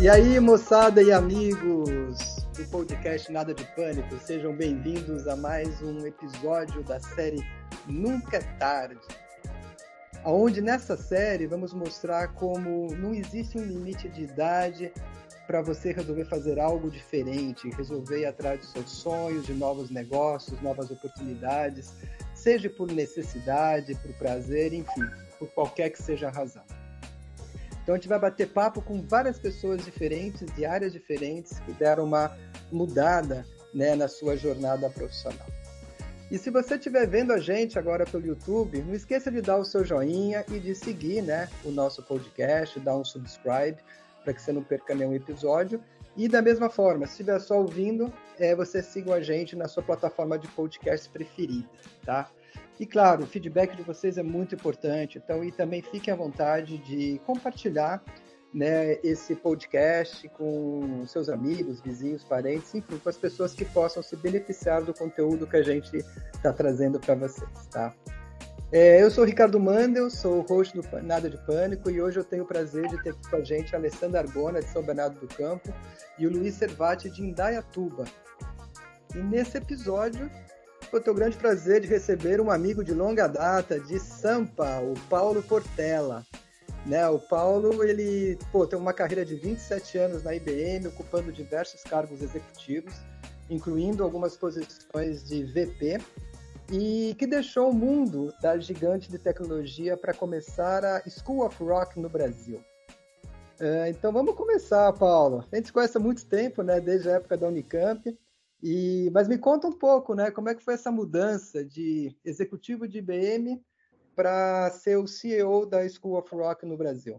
E aí, moçada e amigos do podcast Nada de Pânico, sejam bem-vindos a mais um episódio da série Nunca é Tarde, onde nessa série vamos mostrar como não existe um limite de idade para você resolver fazer algo diferente, resolver ir atrás dos seus sonhos, de novos negócios, novas oportunidades, seja por necessidade, por prazer, enfim, por qualquer que seja a razão. Então a gente vai bater papo com várias pessoas diferentes, de áreas diferentes, que deram uma mudada, né, na sua jornada profissional. E se você estiver vendo a gente agora pelo YouTube, não esqueça de dar o seu joinha e de seguir, né, o nosso podcast, dar um subscribe, para que você não perca nenhum episódio. E da mesma forma, se estiver só ouvindo, você siga a gente na sua plataforma de podcast preferida, tá? E claro, o feedback de vocês é muito importante, então e também fiquem à vontade de compartilhar, né, esse podcast com seus amigos, vizinhos, parentes, enfim, com as pessoas que possam se beneficiar do conteúdo que a gente está trazendo para vocês, tá? Eu sou o Ricardo Mandel, sou o host do Nada de Pânico e hoje eu tenho o prazer de ter aqui com a gente a Alessandra Arbona, de São Bernardo do Campo, e o Luiz Servati, de Indaiatuba. E nesse episódio, eu tenho o grande prazer de receber um amigo de longa data de Sampa, o Paulo Portela. Né, o Paulo, ele tem uma carreira de 27 anos na IBM, ocupando diversos cargos executivos, incluindo algumas posições de VP, e que deixou o mundo da gigante de tecnologia para começar a School of Rock no Brasil. Então vamos começar, Paulo. A gente se conhece há muito tempo, né, desde a época da Unicamp, mas me conta um pouco, né, como é que foi essa mudança de executivo de IBM para ser o CEO da School of Rock no Brasil.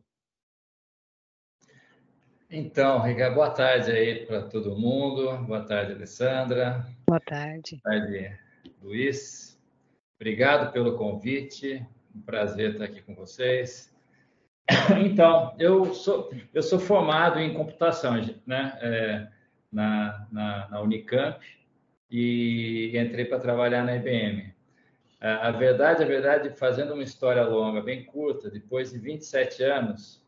Então, Ricardo, boa tarde aí para todo mundo. Boa tarde, Alessandra. Boa tarde. Boa tarde, Luiz. Obrigado pelo convite. Um prazer estar aqui com vocês. Então, eu sou formado em computação, né? Na Unicamp e entrei para trabalhar na IBM. A verdade, fazendo uma história longa, bem curta, depois de 27 anos,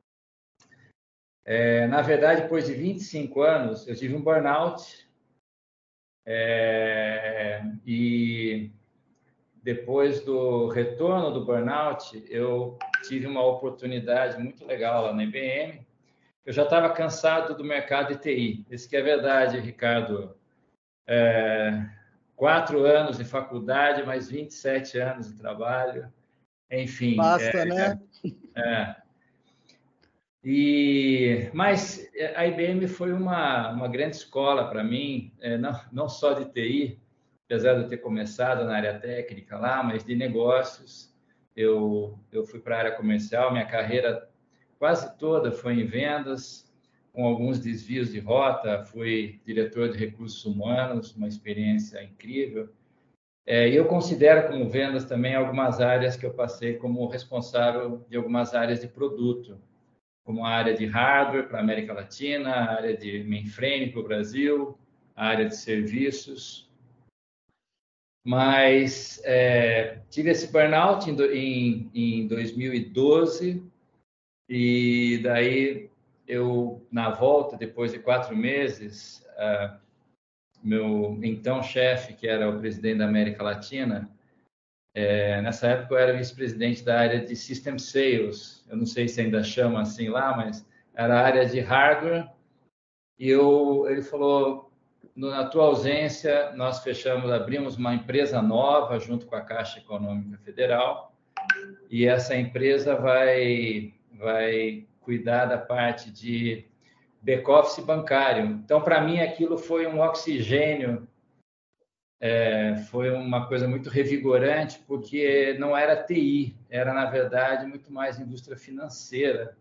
na verdade, depois de 25 anos, eu tive um burnout e depois do retorno do burnout, eu tive uma oportunidade muito legal lá na IBM. Eu já estava cansado do mercado de TI. Isso que é verdade, Ricardo. 4 anos de faculdade, mais 27 anos de trabalho. Enfim. Basta, né? Mas a IBM foi uma grande escola para mim, não só de TI, apesar de eu ter começado na área técnica lá, mas de negócios. Eu fui para a área comercial, minha carreira quase toda foi em vendas, com alguns desvios de rota, fui diretor de recursos humanos, uma experiência incrível. E eu considero como vendas também algumas áreas que eu passei como responsável de algumas áreas de produto, como a área de hardware para a América Latina, a área de mainframe para o Brasil, a área de serviços. Mas tive esse burnout em 2012 e daí eu, na volta, depois de 4 meses, meu então chefe, que era o presidente da América Latina, nessa época eu era vice-presidente da área de System Sales, eu não sei se ainda chama assim lá, mas era a área de hardware, e ele falou, na tua ausência, nós abrimos uma empresa nova junto com a Caixa Econômica Federal, e essa empresa vai cuidar da parte de back-office bancário. Então, para mim, aquilo foi um oxigênio, foi uma coisa muito revigorante, porque não era TI, era, na verdade, muito mais indústria financeira.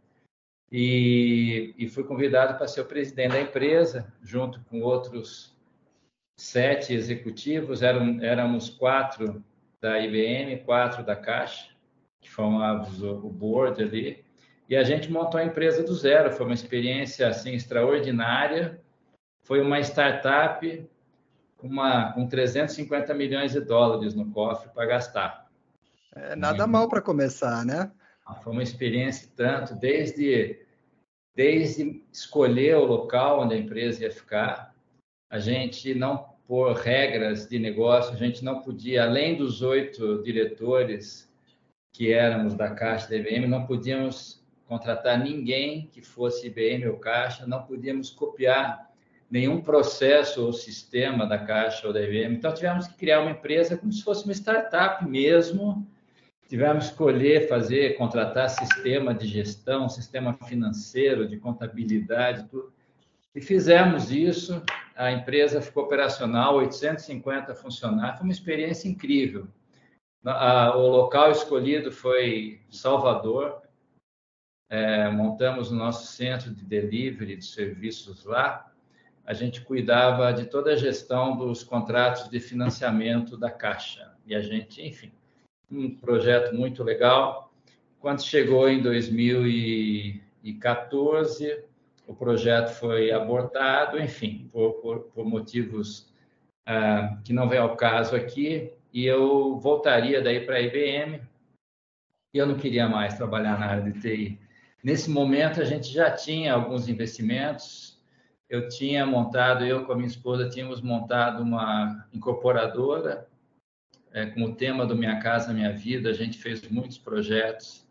E fui convidado para ser o presidente da empresa, junto com outros 7 executivos, éramos 4 da IBM, 4 da Caixa, que formávamos o board ali, e a gente montou a empresa do zero. Foi uma experiência assim extraordinária, foi uma startup com 350 milhões de dólares no cofre para gastar. Nada mal para começar, né? Foi uma experiência tanto, desde desde escolher o local onde a empresa ia ficar, a gente não pôr regras de negócio, a gente não podia, além dos 8 diretores que éramos da Caixa da IBM, não podíamos contratar ninguém que fosse IBM ou Caixa, não podíamos copiar nenhum processo ou sistema da Caixa ou da IBM. Então, tivemos que criar uma empresa como se fosse uma startup mesmo. Tivemos que escolher, contratar sistema de gestão, sistema financeiro, de contabilidade, tudo. E fizemos isso. A empresa ficou operacional, 850 funcionários. Foi uma experiência incrível. O local escolhido foi Salvador. Montamos o nosso centro de delivery de serviços lá. A gente cuidava de toda a gestão dos contratos de financiamento da Caixa. E a gente, enfim, um projeto muito legal. Quando chegou em 2014, o projeto foi abortado, enfim, por motivos que não vem ao caso aqui, e eu voltaria daí para a IBM, e eu não queria mais trabalhar na área de TI. Nesse momento, a gente já tinha alguns investimentos. Eu com a minha esposa, tínhamos montado uma incorporadora, com o tema do Minha Casa Minha Vida. A gente fez muitos projetos.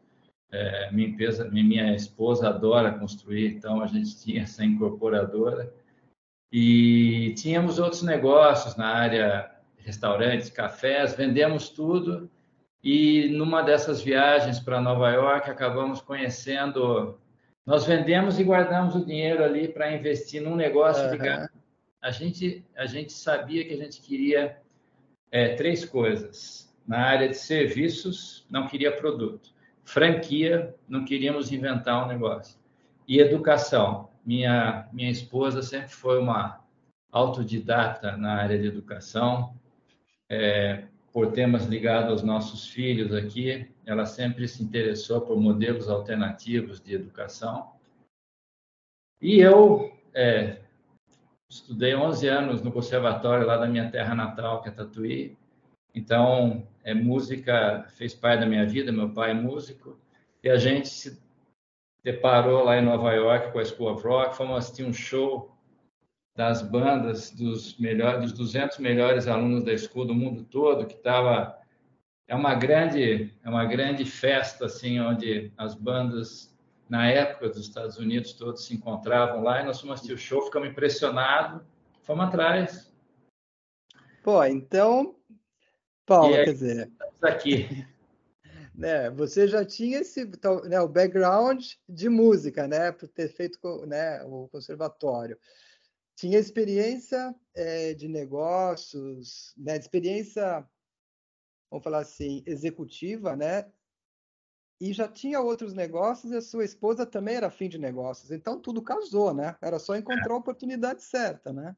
Minha esposa adora construir, então a gente tinha essa incorporadora. E tínhamos outros negócios na área de restaurantes, cafés, vendemos tudo. E numa dessas viagens para Nova York, acabamos conhecendo. Nós vendemos e guardamos o dinheiro ali para investir num negócio ligado. A gente sabia que a gente queria 3 coisas. Na área de serviços, não queria produto. Franquia, não queríamos inventar um negócio. E educação. Minha esposa sempre foi uma autodidata na área de educação. Por temas ligados aos nossos filhos aqui, ela sempre se interessou por modelos alternativos de educação. E eu estudei 11 anos no conservatório lá da minha terra natal, que é Tatuí. Então, música fez parte da minha vida, meu pai é músico, e a gente se deparou lá em Nova York com a School of Rock, fomos assistir um show das bandas dos 200 melhores alunos da School do mundo todo, que estava... É uma grande festa, assim, onde as bandas, na época dos Estados Unidos, todos se encontravam lá, e nós fomos assistir o show, ficamos impressionados, fomos atrás. Pô, então, Paulo, aí, quer dizer, estamos aqui. né, você já tinha o background de música, né, por ter feito, né, o conservatório. Tinha experiência de negócios, né, de experiência, vamos falar assim, executiva, né? E já tinha outros negócios e a sua esposa também era fim de negócios. Então tudo casou, né? Era só encontrar a oportunidade certa, né?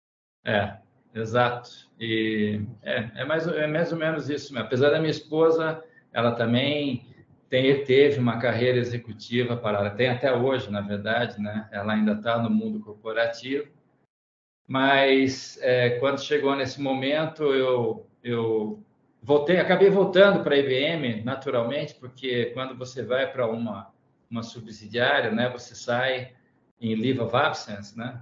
Exato. E é mais ou menos isso mesmo. Apesar da minha esposa, ela também teve uma carreira executiva parada, tem até hoje, na verdade, né? Ela ainda está no mundo corporativo. Mas quando chegou nesse momento, eu acabei voltando para a IBM, naturalmente, porque quando você vai para uma subsidiária, né, você sai em leave of absence, né?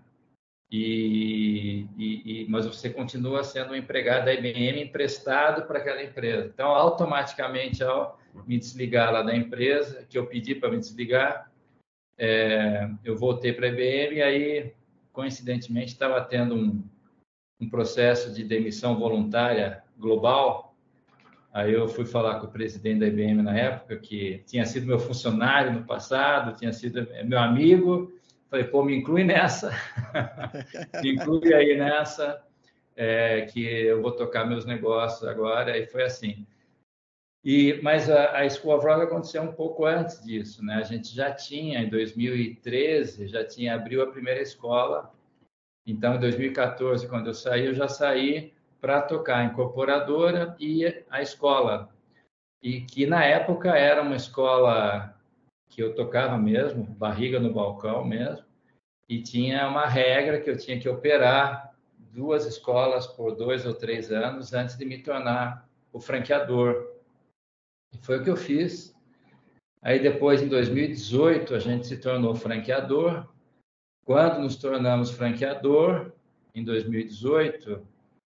Mas você continua sendo um empregado da IBM emprestado para aquela empresa. Então, automaticamente, ao me desligar lá da empresa, que eu pedi para me desligar, eu voltei para a IBM e aí, coincidentemente, estava tendo um processo de demissão voluntária global. Aí eu fui falar com o presidente da IBM na época, que tinha sido meu funcionário no passado, tinha sido meu amigo. Falei, pô, me inclui nessa, me inclui aí nessa, que eu vou tocar meus negócios agora. E foi assim. Mas a School of Rock aconteceu um pouco antes disso, né? A gente já tinha, em 2013, abriu a primeira escola. Então, em 2014, quando eu já saí para tocar a incorporadora e a escola. E que, na época, era uma escola que eu tocava mesmo, barriga no balcão mesmo, e tinha uma regra que eu tinha que operar 2 escolas por 2 ou 3 anos antes de me tornar o franqueador. E foi o que eu fiz. Aí depois, em 2018, a gente se tornou franqueador. Quando nos tornamos franqueador, em 2018,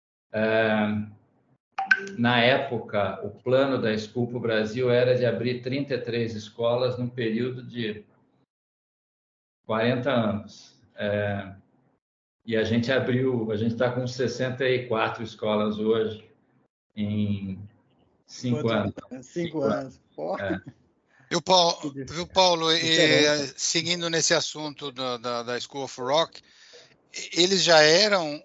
na época, o plano da School para o Brasil era de abrir 33 escolas num período de 40 anos. E a gente está com 64 escolas hoje, em 5 anos. 5 anos. Porra. Viu, Paulo, seguindo nesse assunto da School of Rock, eles já eram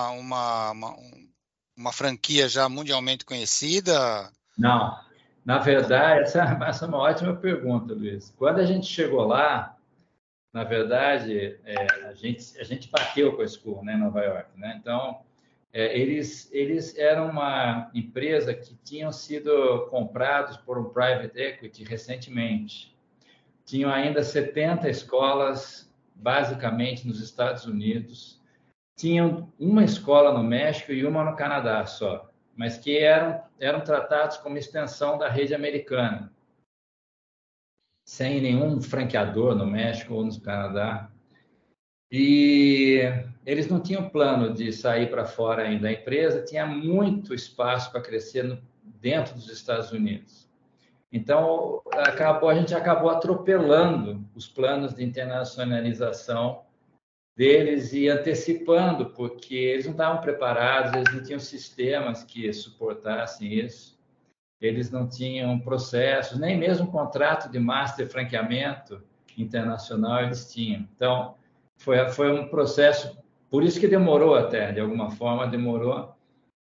uma franquia já mundialmente conhecida? Não, na verdade, essa é uma ótima pergunta, Luiz. Quando a gente chegou lá, na verdade, a gente bateu com a School, né, em Nova York, né? Então, eles eram uma empresa que tinham sido comprados por um private equity recentemente. Tinham ainda 70 escolas, basicamente, nos Estados Unidos. Tinham uma escola no México e uma no Canadá só, mas que eram tratados como extensão da rede americana, sem nenhum franqueador no México ou no Canadá. E eles não tinham plano de sair para fora ainda. A empresa tinha muito espaço para crescer dentro dos Estados Unidos. Então, a gente acabou atropelando os planos de internacionalização deles e antecipando, porque eles não estavam preparados, eles não tinham sistemas que suportassem isso, eles não tinham processos, nem mesmo contrato de master franqueamento internacional eles tinham. Então, foi um processo, por isso que demorou até, de alguma forma demorou,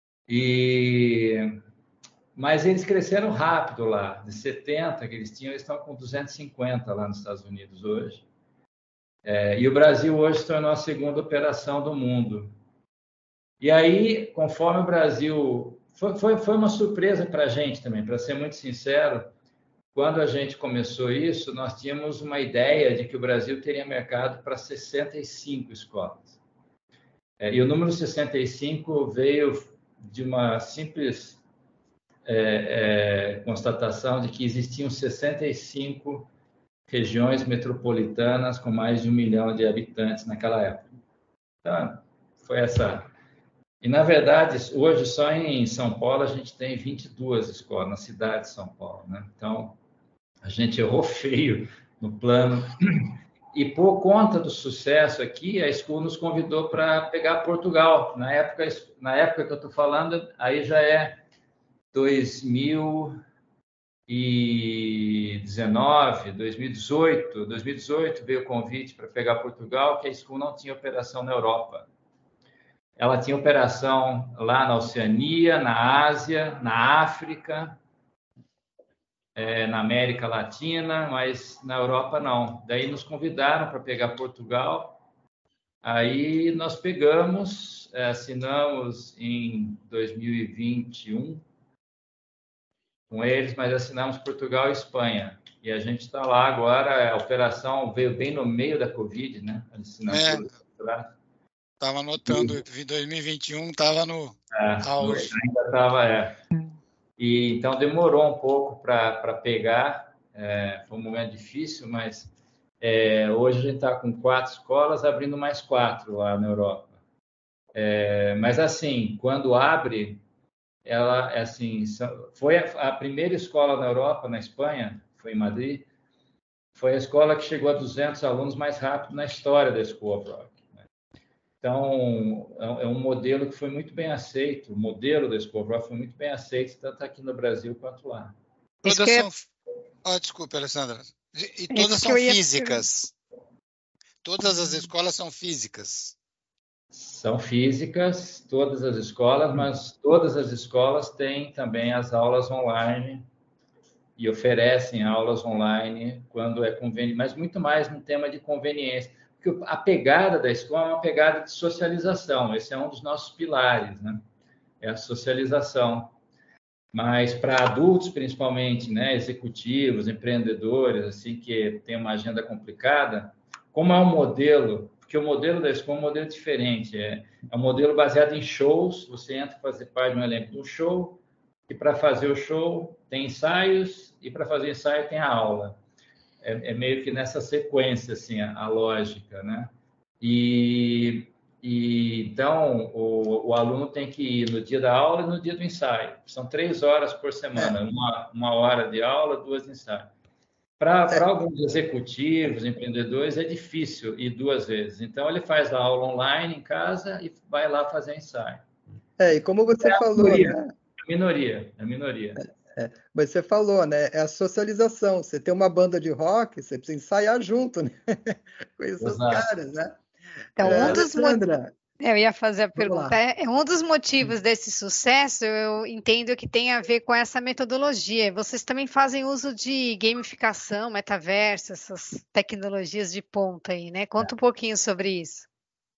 mas eles cresceram rápido lá, de 70 que eles tinham, eles estão com 250 lá nos Estados Unidos hoje. E o Brasil hoje se tornou a segunda operação do mundo. E aí, conforme o Brasil... Foi uma surpresa para a gente também, para ser muito sincero. Quando a gente começou isso, nós tínhamos uma ideia de que o Brasil teria mercado para 65 escolas. E o número 65 veio de uma simples constatação de que existiam 65 regiões metropolitanas com mais de 1 milhão de habitantes naquela época. Então, foi essa. E, na verdade, hoje, só em São Paulo, a gente tem 22 escolas, na cidade de São Paulo, né? Então, a gente errou feio no plano. E, por conta do sucesso aqui, a School nos convidou para pegar Portugal. Na época que eu estou falando, aí já é 2019, 2018 veio o convite para pegar Portugal, que a School não tinha operação na Europa. Ela tinha operação lá na Oceania, na Ásia, na África, na América Latina, mas na Europa não. Daí nos convidaram para pegar Portugal. Aí nós pegamos, assinamos em 2021 com eles, mas assinamos Portugal e Espanha. E a gente está lá agora, a operação veio bem no meio da Covid, né? A assinatura. Estava anotando, 2021 estava no auge. Ainda estava, E então demorou um pouco para pegar, foi um momento difícil, mas hoje a gente está com 4 escolas, abrindo mais 4 lá na Europa. Mas assim, quando abre, ela assim, foi a primeira escola na Europa, na Espanha, foi em Madrid, foi a escola que chegou a 200 alunos mais rápido na história da School of Rock. Então, é um modelo que foi muito bem aceito. O modelo da School of Rock foi muito bem aceito, tanto aqui no Brasil quanto lá. Todas são... desculpe, Alessandra. E todas são físicas? Todas as escolas são físicas? São físicas, todas as escolas, mas todas as escolas têm também as aulas online e oferecem aulas online quando é conveniente, mas muito mais no tema de conveniência. Porque a pegada da escola é uma pegada de socialização. Esse é um dos nossos pilares, né? É a socialização. Mas para adultos, principalmente, né? Executivos, empreendedores, assim, que tem uma agenda complicada, como é um modelo, porque o modelo da escola é um modelo diferente. É um modelo baseado em shows. Você entra para fazer parte de um elenco de um show, e para fazer o show tem ensaios, e para fazer ensaio tem a aula. é meio que nessa sequência, assim, a lógica, né? E então, o aluno tem que ir no dia da aula e no dia do ensaio. São 3 horas por semana, uma hora de aula, 2 de ensaio. Para alguns executivos, empreendedores, é difícil ir 2 vezes. Então, ele faz a aula online em casa e vai lá fazer ensaio. E como você falou, né? A minoria. Mas você falou, né? É a socialização. Você tem uma banda de rock, você precisa ensaiar junto, né? Com esses caras, né? Então, Alessandra, eu ia fazer a pergunta. lá. Um dos motivos desse sucesso, eu entendo que tem a ver com essa metodologia. Vocês também fazem uso de gamificação, metaverso, essas tecnologias de ponta aí, né? Conta um pouquinho sobre isso.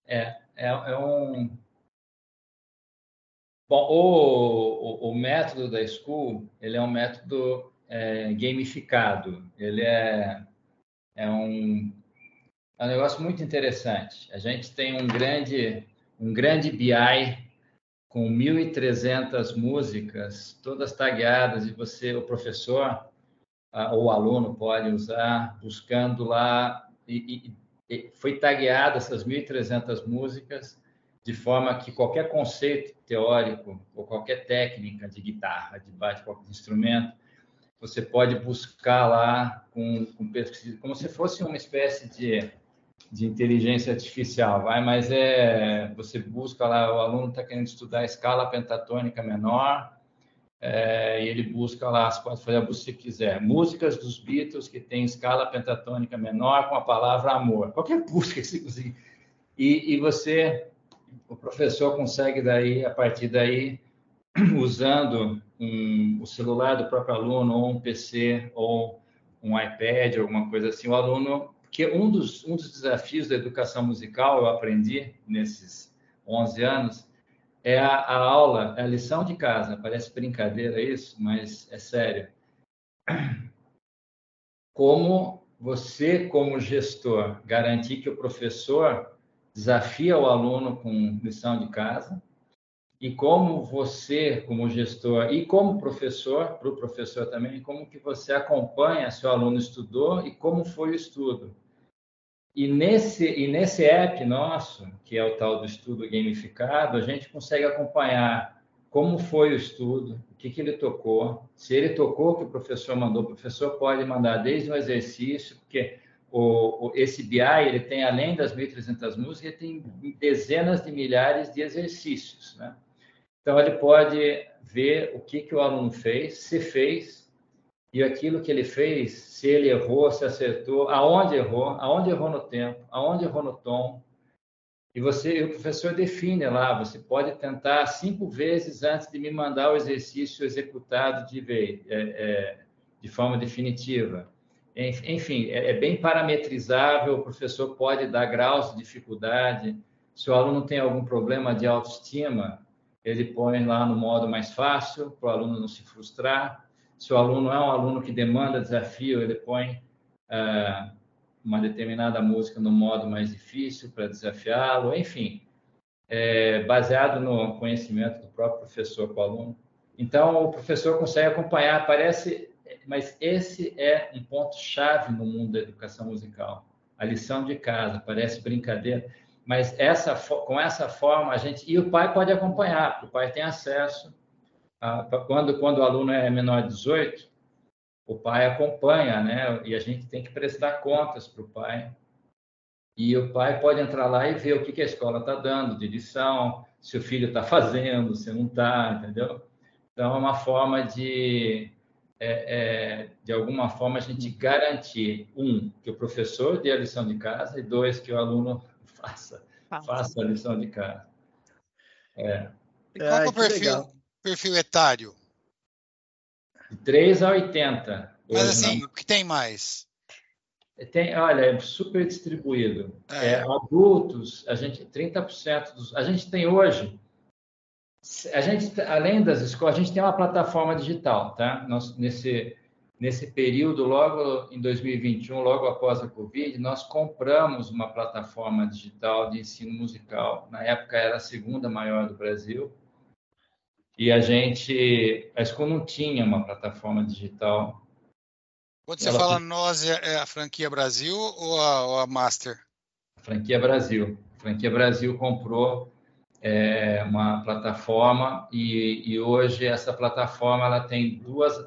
Bom, o método da School, ele é um método gamificado. Ele é um negócio muito interessante. A gente tem um grande BI com 1.300 músicas, todas tagueadas, e o professor ou o aluno pode usar, buscando lá, e foi tagueada essas 1.300 músicas, de forma que qualquer conceito teórico ou qualquer técnica de guitarra, de baixo, qualquer instrumento, você pode buscar lá com pesquisa, como se fosse uma espécie de inteligência artificial, mas você busca lá, o aluno está querendo estudar a escala pentatônica menor, e ele busca lá, você pode fazer a busca que quiser, músicas dos Beatles que tem escala pentatônica menor com a palavra amor, qualquer busca que você conseguir, e o professor consegue daí, a partir daí, usando o celular do próprio aluno, ou um PC, ou um iPad, alguma coisa assim, o aluno... Porque um dos desafios da educação musical, eu aprendi nesses 11 anos, é a aula, a lição de casa. Parece brincadeira isso, mas é sério. Como você, como gestor, garantir que o professor desafia o aluno com lição de casa, e como você, como gestor e como professor, para o professor também, como que você acompanha se o aluno estudou e como foi o estudo. E nesse app nosso, que é o tal do estudo gamificado, a gente consegue acompanhar como foi o estudo, o que ele tocou, se ele tocou o que o professor mandou, o professor pode mandar desde um exercício, porque esse BI, ele tem, além das 1.300 músicas, ele tem dezenas de milhares de exercícios, né? Então, ele pode ver o que o aluno fez, se fez, e aquilo que ele fez, se ele errou, se acertou, aonde errou no tempo, aonde errou no tom. E o professor define lá, você pode tentar 5 vezes antes de me mandar o exercício executado de forma definitiva. Enfim, é bem parametrizável, o professor pode dar graus de dificuldade. Se o aluno tem algum problema de autoestima, ele põe lá no modo mais fácil, para o aluno não se frustrar. Se o aluno é um aluno que demanda desafio, ele põe uma determinada música no modo mais difícil para desafiá-lo. Enfim, baseado no conhecimento do próprio professor com o aluno. Então, o professor consegue acompanhar, mas esse é um ponto-chave no mundo da educação musical. A lição de casa, parece brincadeira, mas com essa forma, e o pai pode acompanhar, porque o pai tem acesso. Quando o aluno é menor de 18, o pai acompanha, né? E a gente tem que prestar contas para o pai. E o pai pode entrar lá e ver o que a escola está dando de lição, se o filho está fazendo, se não está, entendeu? Então, é uma forma de alguma forma, a gente garantir, que o professor dê a lição de casa, e 2, que o aluno faça a lição de casa. E qual é o perfil etário? De 3 a 80. Mas assim, o que tem mais? Olha, é super distribuído. Adultos, 30% a gente tem hoje, além das escolas, a gente tem uma plataforma digital, tá? Nesse período, logo em 2021, logo após a Covid, nós compramos uma plataforma digital de ensino musical. Na época era a segunda maior do Brasil. E a escola não tinha uma plataforma digital. Quando você fala nós, é a franquia Brasil ou a Master? A franquia Brasil. A franquia Brasil comprou uma plataforma e hoje essa plataforma ela tem duas.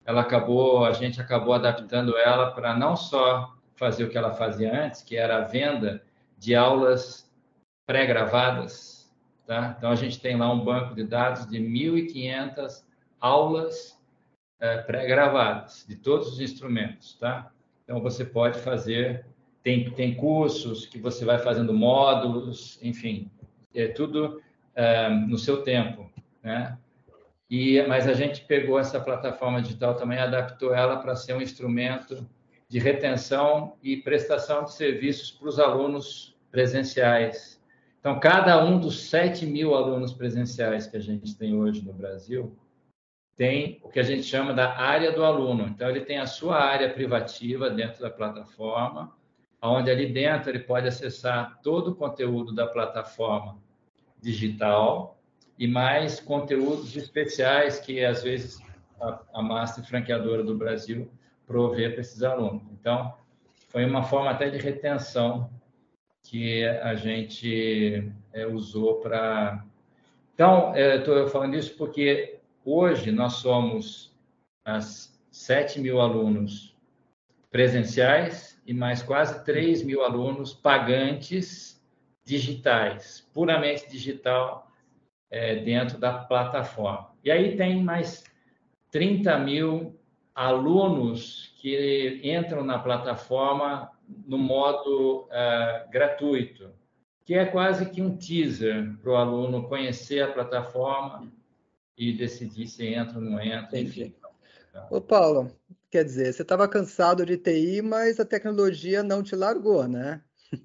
A gente acabou adaptando ela para não só fazer o que ela fazia antes, que era a venda de aulas pré-gravadas, tá? Então a gente tem lá um banco de dados de 1.500 aulas pré-gravadas de todos os instrumentos, tá? Então você pode fazer, tem cursos que você vai fazendo módulos, enfim, é tudo no seu tempo, né? Mas a gente pegou essa plataforma digital também, adaptou ela para ser um instrumento de retenção e prestação de serviços para os alunos presenciais. Então, cada um dos 7.000 alunos presenciais que a gente tem hoje no Brasil tem o que a gente chama da área do aluno. Então, ele tem a sua área privativa dentro da plataforma, onde ali dentro ele pode acessar todo o conteúdo da plataforma digital e mais conteúdos especiais que, às vezes, a Master franqueadora do Brasil provê para esses alunos. Então, foi uma forma até de retenção que a gente usou para... Então, estou falando isso porque hoje nós somos 7.000 alunos presenciais e mais quase 3.000 alunos pagantes digitais, puramente digital, dentro da plataforma. E aí tem mais 30.000 alunos que entram na plataforma no modo gratuito, que é quase que um teaser para o aluno conhecer a plataforma e decidir se entra ou não entra. Enfim. Ô, Paulo, quer dizer, você estava cansado de TI, mas a tecnologia não te largou, né?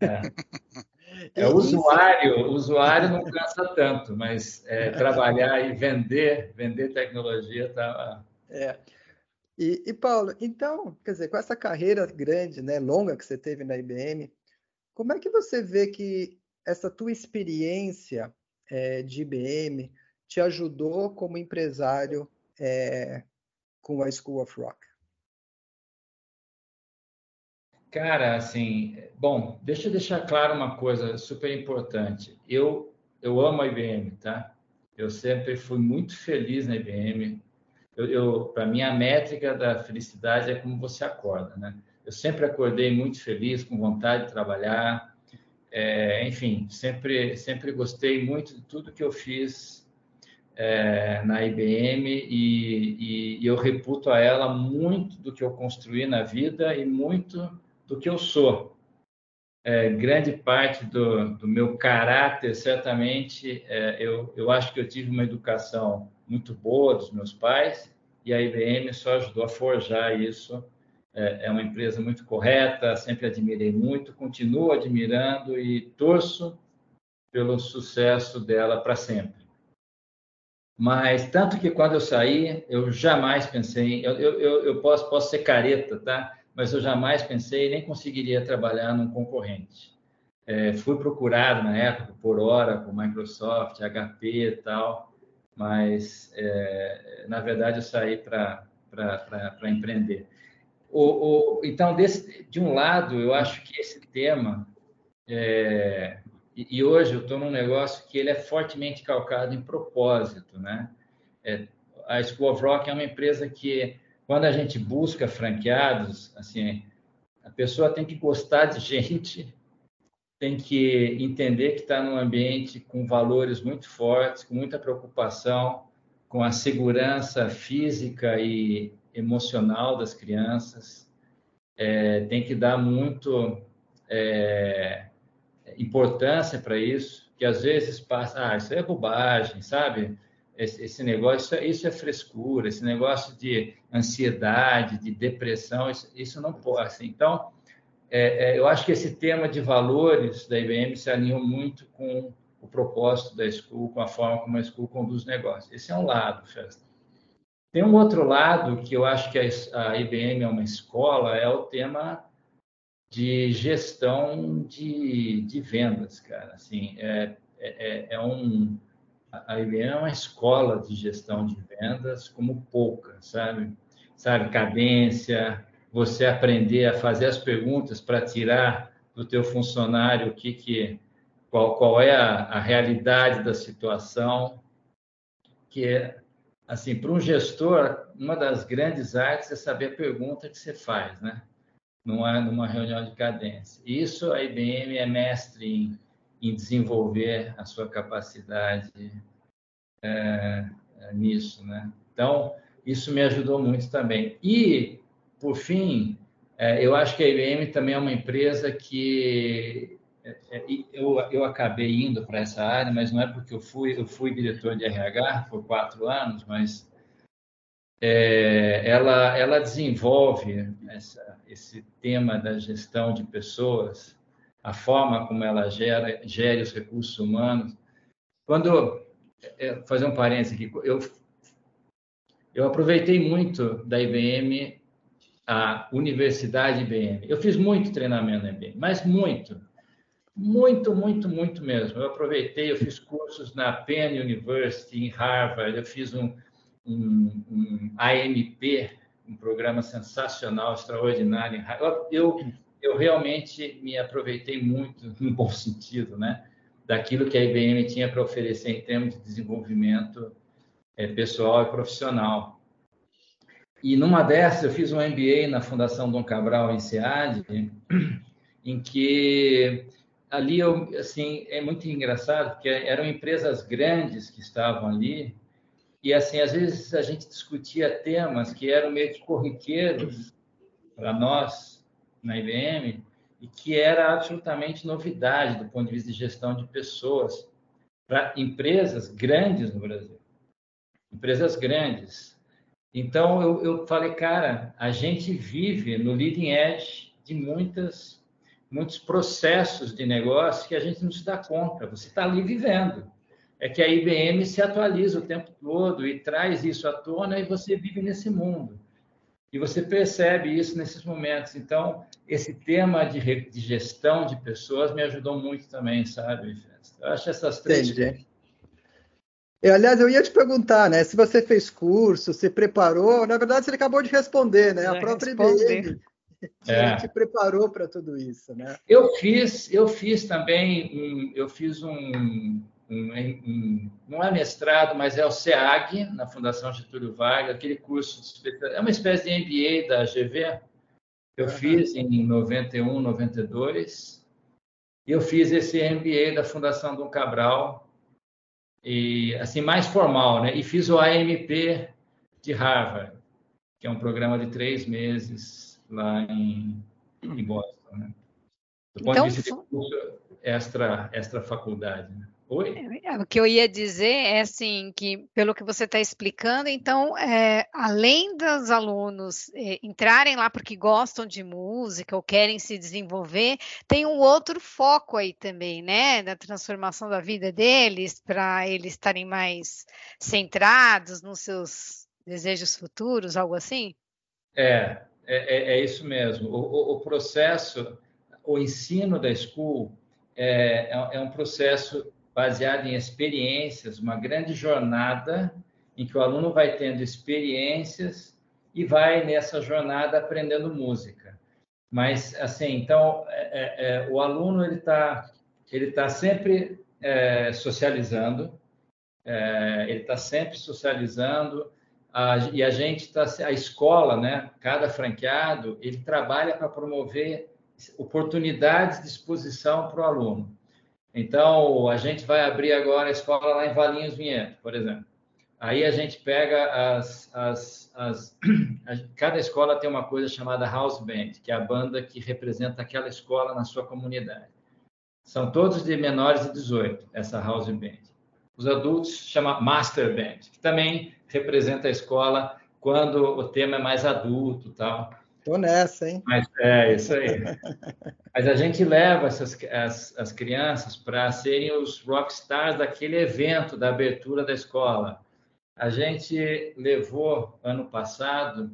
O usuário não cansa tanto, mas trabalhar e vender tecnologia estava... E, Paulo, então, quer dizer, com essa carreira grande, né, longa que você teve na IBM, como é que você vê que essa tua experiência de IBM te ajudou como empresário com a School of Rock? Cara, assim, bom, deixa eu deixar claro uma coisa super importante. Eu amo a IBM, tá? Eu sempre fui muito feliz na IBM. Para mim, a métrica da felicidade é como você acorda, né? Eu sempre acordei muito feliz, com vontade de trabalhar. Enfim, sempre gostei muito de tudo que eu fiz na IBM e eu reputo a ela muito do que eu construí na vida e muito do que eu sou. Grande parte do meu caráter, certamente, eu acho que eu tive uma educação muito boa dos meus pais e a IBM só ajudou a forjar isso. É uma empresa muito correta, sempre admirei muito, continuo admirando e torço pelo sucesso dela para sempre. Mas, tanto que quando eu saí, eu jamais pensei... Eu posso ser careta, tá? Mas eu jamais pensei, nem conseguiria trabalhar num concorrente. Fui procurado na época por Oracle, Microsoft, HP e tal, mas, na verdade, eu saí para empreender. Então, de um lado, eu acho que esse tema... E hoje eu estou num negócio que ele é fortemente calcado em propósito, né? A School of Rock é uma empresa que, quando a gente busca franqueados, assim, a pessoa tem que gostar de gente, tem que entender que está num ambiente com valores muito fortes, com muita preocupação com a segurança física e emocional das crianças, tem que dar muito importância para isso, que às vezes passa, isso é bobagem, sabe? Esse negócio, isso é frescura, esse negócio de ansiedade, de depressão, isso não pode. Assim. Então, eu acho que esse tema de valores da IBM se alinhou muito com o propósito da School, com a forma como a School conduz negócios. Esse é um lado, Festa. Tem um outro lado que eu acho que a IBM é uma escola, é o tema de gestão de vendas, cara. Assim, a IBM é uma escola de gestão de vendas como pouca, sabe? Cadência, você aprender a fazer as perguntas para tirar do teu funcionário qual é a realidade da situação, que é, assim, para um gestor, uma das grandes artes é saber a pergunta que você faz, né? Numa reunião de cadência. Isso a IBM é mestre em desenvolver a sua capacidade nisso, né? Então, isso me ajudou muito também. E, por fim, eu acho que a IBM também é uma empresa que eu acabei indo para essa área, mas não é porque eu fui diretor de RH por 4 anos, mas ela desenvolve esse tema da gestão de pessoas, a forma como ela gere os recursos humanos. Fazer um parênteses aqui, eu aproveitei muito da IBM, a Universidade IBM. Eu fiz muito treinamento na IBM, mas muito mesmo. Eu aproveitei, eu fiz cursos na Penn University, em Harvard, eu fiz um AMP, um programa sensacional, extraordinário. Eu realmente me aproveitei muito, no bom sentido, né, daquilo que a IBM tinha para oferecer em termos de desenvolvimento pessoal e profissional. E numa dessas, eu fiz um MBA na Fundação Dom Cabral, em SEAD, em que ali, assim, é muito engraçado, porque eram empresas grandes que estavam ali, e, assim, às vezes a gente discutia temas que eram meio que corriqueiros para nós, na IBM, e que era absolutamente novidade do ponto de vista de gestão de pessoas para empresas grandes no Brasil. Empresas grandes. Então, eu falei, cara, a gente vive no leading edge de muitos processos de negócio que a gente não se dá conta. Você está ali vivendo. É que a IBM se atualiza o tempo todo e traz isso à tona e você vive nesse mundo. E você percebe isso nesses momentos. Então, esse tema de gestão de pessoas me ajudou muito também, sabe? Eu acho essas três coisas. Aliás, eu ia te perguntar, né? Se você fez curso, se preparou. Na verdade, você acabou de responder, né? A própria IBM te preparou para tudo isso, né? Eu fiz também, não é mestrado, mas é o SEAG, na Fundação Getúlio Vargas, aquele curso, é uma espécie de MBA da GV. Eu fiz em 91, 92, e eu fiz esse MBA da Fundação Dom Cabral, e assim, mais formal, né? E fiz o AMP de Harvard, que é um programa de 3 meses lá em Boston, né? Do ponto de vista de curso extra faculdade, né? Oi? O que eu ia dizer é assim, que pelo que você está explicando, então, além dos alunos entrarem lá porque gostam de música ou querem se desenvolver, tem um outro foco aí também, né? Da transformação da vida deles, para eles estarem mais centrados nos seus desejos futuros, algo assim? É isso mesmo. O processo, o ensino da School é um processo baseado em experiências, uma grande jornada em que o aluno vai tendo experiências e vai nessa jornada aprendendo música. Mas, assim, então, o aluno ele tá sempre socializando, e a gente a escola, né? Cada franqueado, ele trabalha para promover oportunidades de exposição para o aluno. Então, a gente vai abrir agora a escola lá em Valinhos Vinhedo, por exemplo. Aí a gente pega cada escola tem uma coisa chamada House Band, que é a banda que representa aquela escola na sua comunidade. São todos de menores de 18, essa House Band. Os adultos chama Master Band, que também representa a escola quando o tema é mais adulto, tal. Tô nessa, hein? Mas isso aí. Mas a gente leva as crianças para serem os rockstars daquele evento da abertura da escola. A gente levou, ano passado,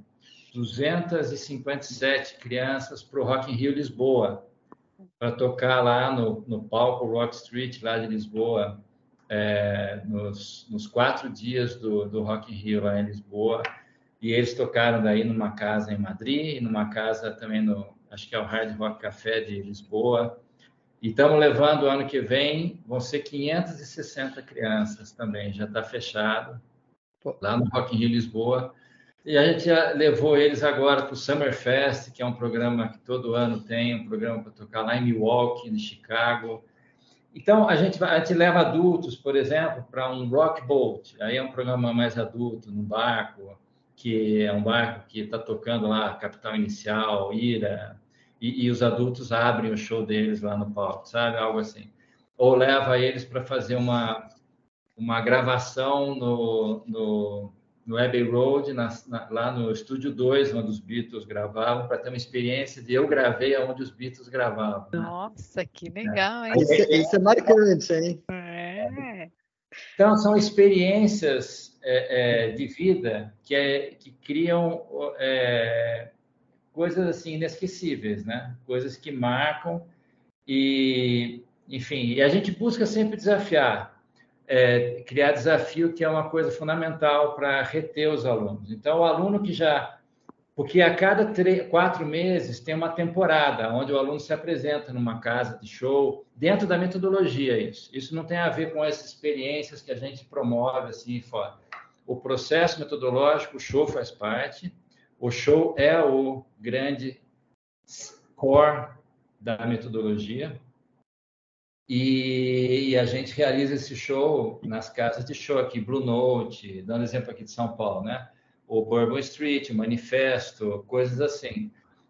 257 crianças para o Rock in Rio Lisboa, para tocar lá no palco Rock Street, lá de Lisboa, nos 4 dias do Rock in Rio, lá em Lisboa. E eles tocaram daí numa casa em Madrid, e numa casa também acho que é o Hard Rock Café de Lisboa. E estamos levando o ano que vem, vão ser 560 crianças também, já está fechado, lá no Rock in Rio Lisboa. E a gente já levou eles agora para o Summer Fest, que é um programa que todo ano tem, um programa para tocar lá em Milwaukee, em Chicago. Então, a gente leva adultos, por exemplo, para um Rock Boat, aí é um programa mais adulto, num barco, que é um barco que está tocando lá Capital Inicial, Ira, e os adultos abrem o show deles lá no palco, sabe? Algo assim. Ou leva eles para fazer uma gravação no Abbey Road, lá no Estúdio 2, onde os Beatles gravavam, para ter uma experiência de eu gravei onde os Beatles gravavam. Nossa, que legal, hein? Isso é marcante, hein? Então, são experiências de vida que criam coisas assim inesquecíveis, né? Coisas que marcam e, enfim, e a gente busca sempre desafiar. Criar desafio, que é uma coisa fundamental para reter os alunos. Então, o aluno que já... Porque a cada 4 meses tem uma temporada onde o aluno se apresenta numa casa de show, dentro da metodologia isso. Isso não tem a ver com essas experiências que a gente promove assim fora. O processo metodológico, o show faz parte. O show é o grande core da metodologia. E a gente realiza esse show nas casas de show aqui, Blue Note, dando exemplo aqui de São Paulo, né? O Bourbon Street, o Manifesto, coisas assim.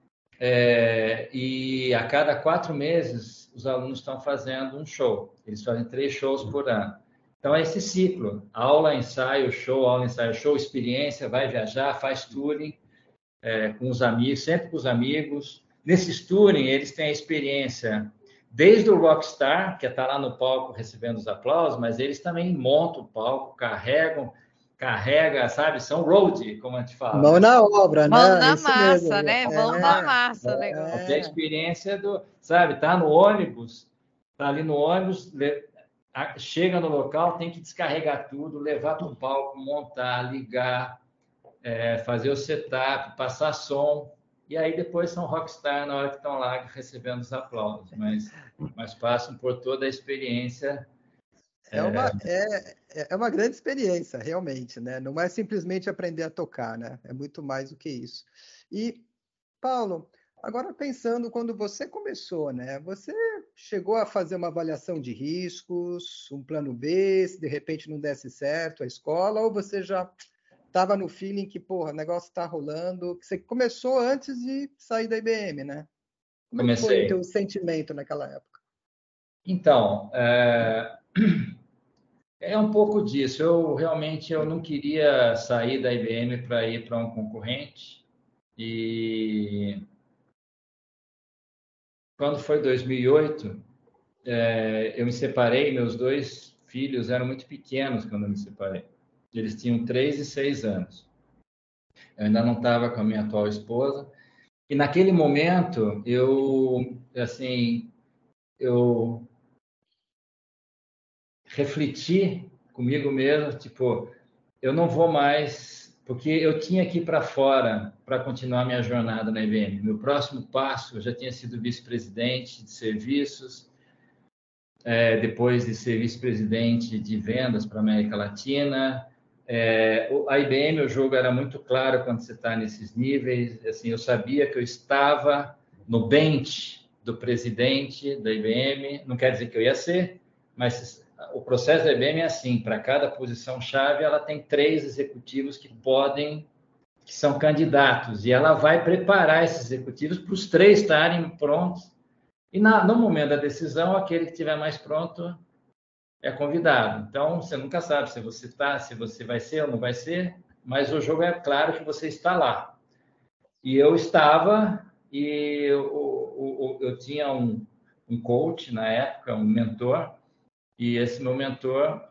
E a cada 4 meses, os alunos estão fazendo um show. Eles fazem 3 shows por ano. Então, é esse ciclo. Aula, ensaio, show, experiência, vai viajar, faz touring com os amigos, sempre com os amigos. Nesses touring, eles têm a experiência... Desde o rockstar, que está lá no palco recebendo os aplausos, mas eles também montam o palco, carrega, sabe? São road, como a gente fala. Mão na obra, mão né? na Isso massa, mesmo. né? Mão na massa, legal. É a experiência sabe? Tá no ônibus, tá ali no ônibus, chega no local, tem que descarregar tudo, levar para o palco, montar, ligar, fazer o setup, passar som. E aí depois são rockstar na hora que estão lá recebendo os aplausos, mas passam por toda a experiência. É uma grande experiência, realmente, né? Não é simplesmente aprender a tocar, né? É muito mais do que isso. E, Paulo, agora pensando quando você começou, né? Você chegou a fazer uma avaliação de riscos, um plano B, se de repente não desse certo a escola, ou você já estava no feeling que, porra, o negócio está rolando? Você começou antes de sair da IBM, né? Como é que foi o teu sentimento naquela época? Então, é um pouco disso. Eu realmente não queria sair da IBM para ir para um concorrente. E quando foi 2008, eu me separei. Meus 2 filhos eram muito pequenos quando eu me separei. Eles tinham 3 e 6 anos. Eu ainda não estava com a minha atual esposa. E naquele momento, eu refleti comigo mesmo, tipo, eu não vou mais, porque eu tinha que ir para fora para continuar minha jornada na IBM. Meu próximo passo, eu já tinha sido vice-presidente de serviços, depois de ser vice-presidente de vendas para a América Latina. A IBM, o jogo era muito claro quando você está nesses níveis. Assim, eu sabia que eu estava no bench do presidente da IBM. Não quer dizer que eu ia ser, mas o processo da IBM é assim: para cada posição-chave, ela tem 3 executivos que são candidatos, e ela vai preparar esses executivos para os 3 estarem prontos. E no momento da decisão, aquele que estiver mais pronto é convidado. Então, você nunca sabe se você vai ser ou não vai ser, mas o jogo é claro que você está lá. E eu estava, e eu tinha um coach na época, um mentor, e esse meu mentor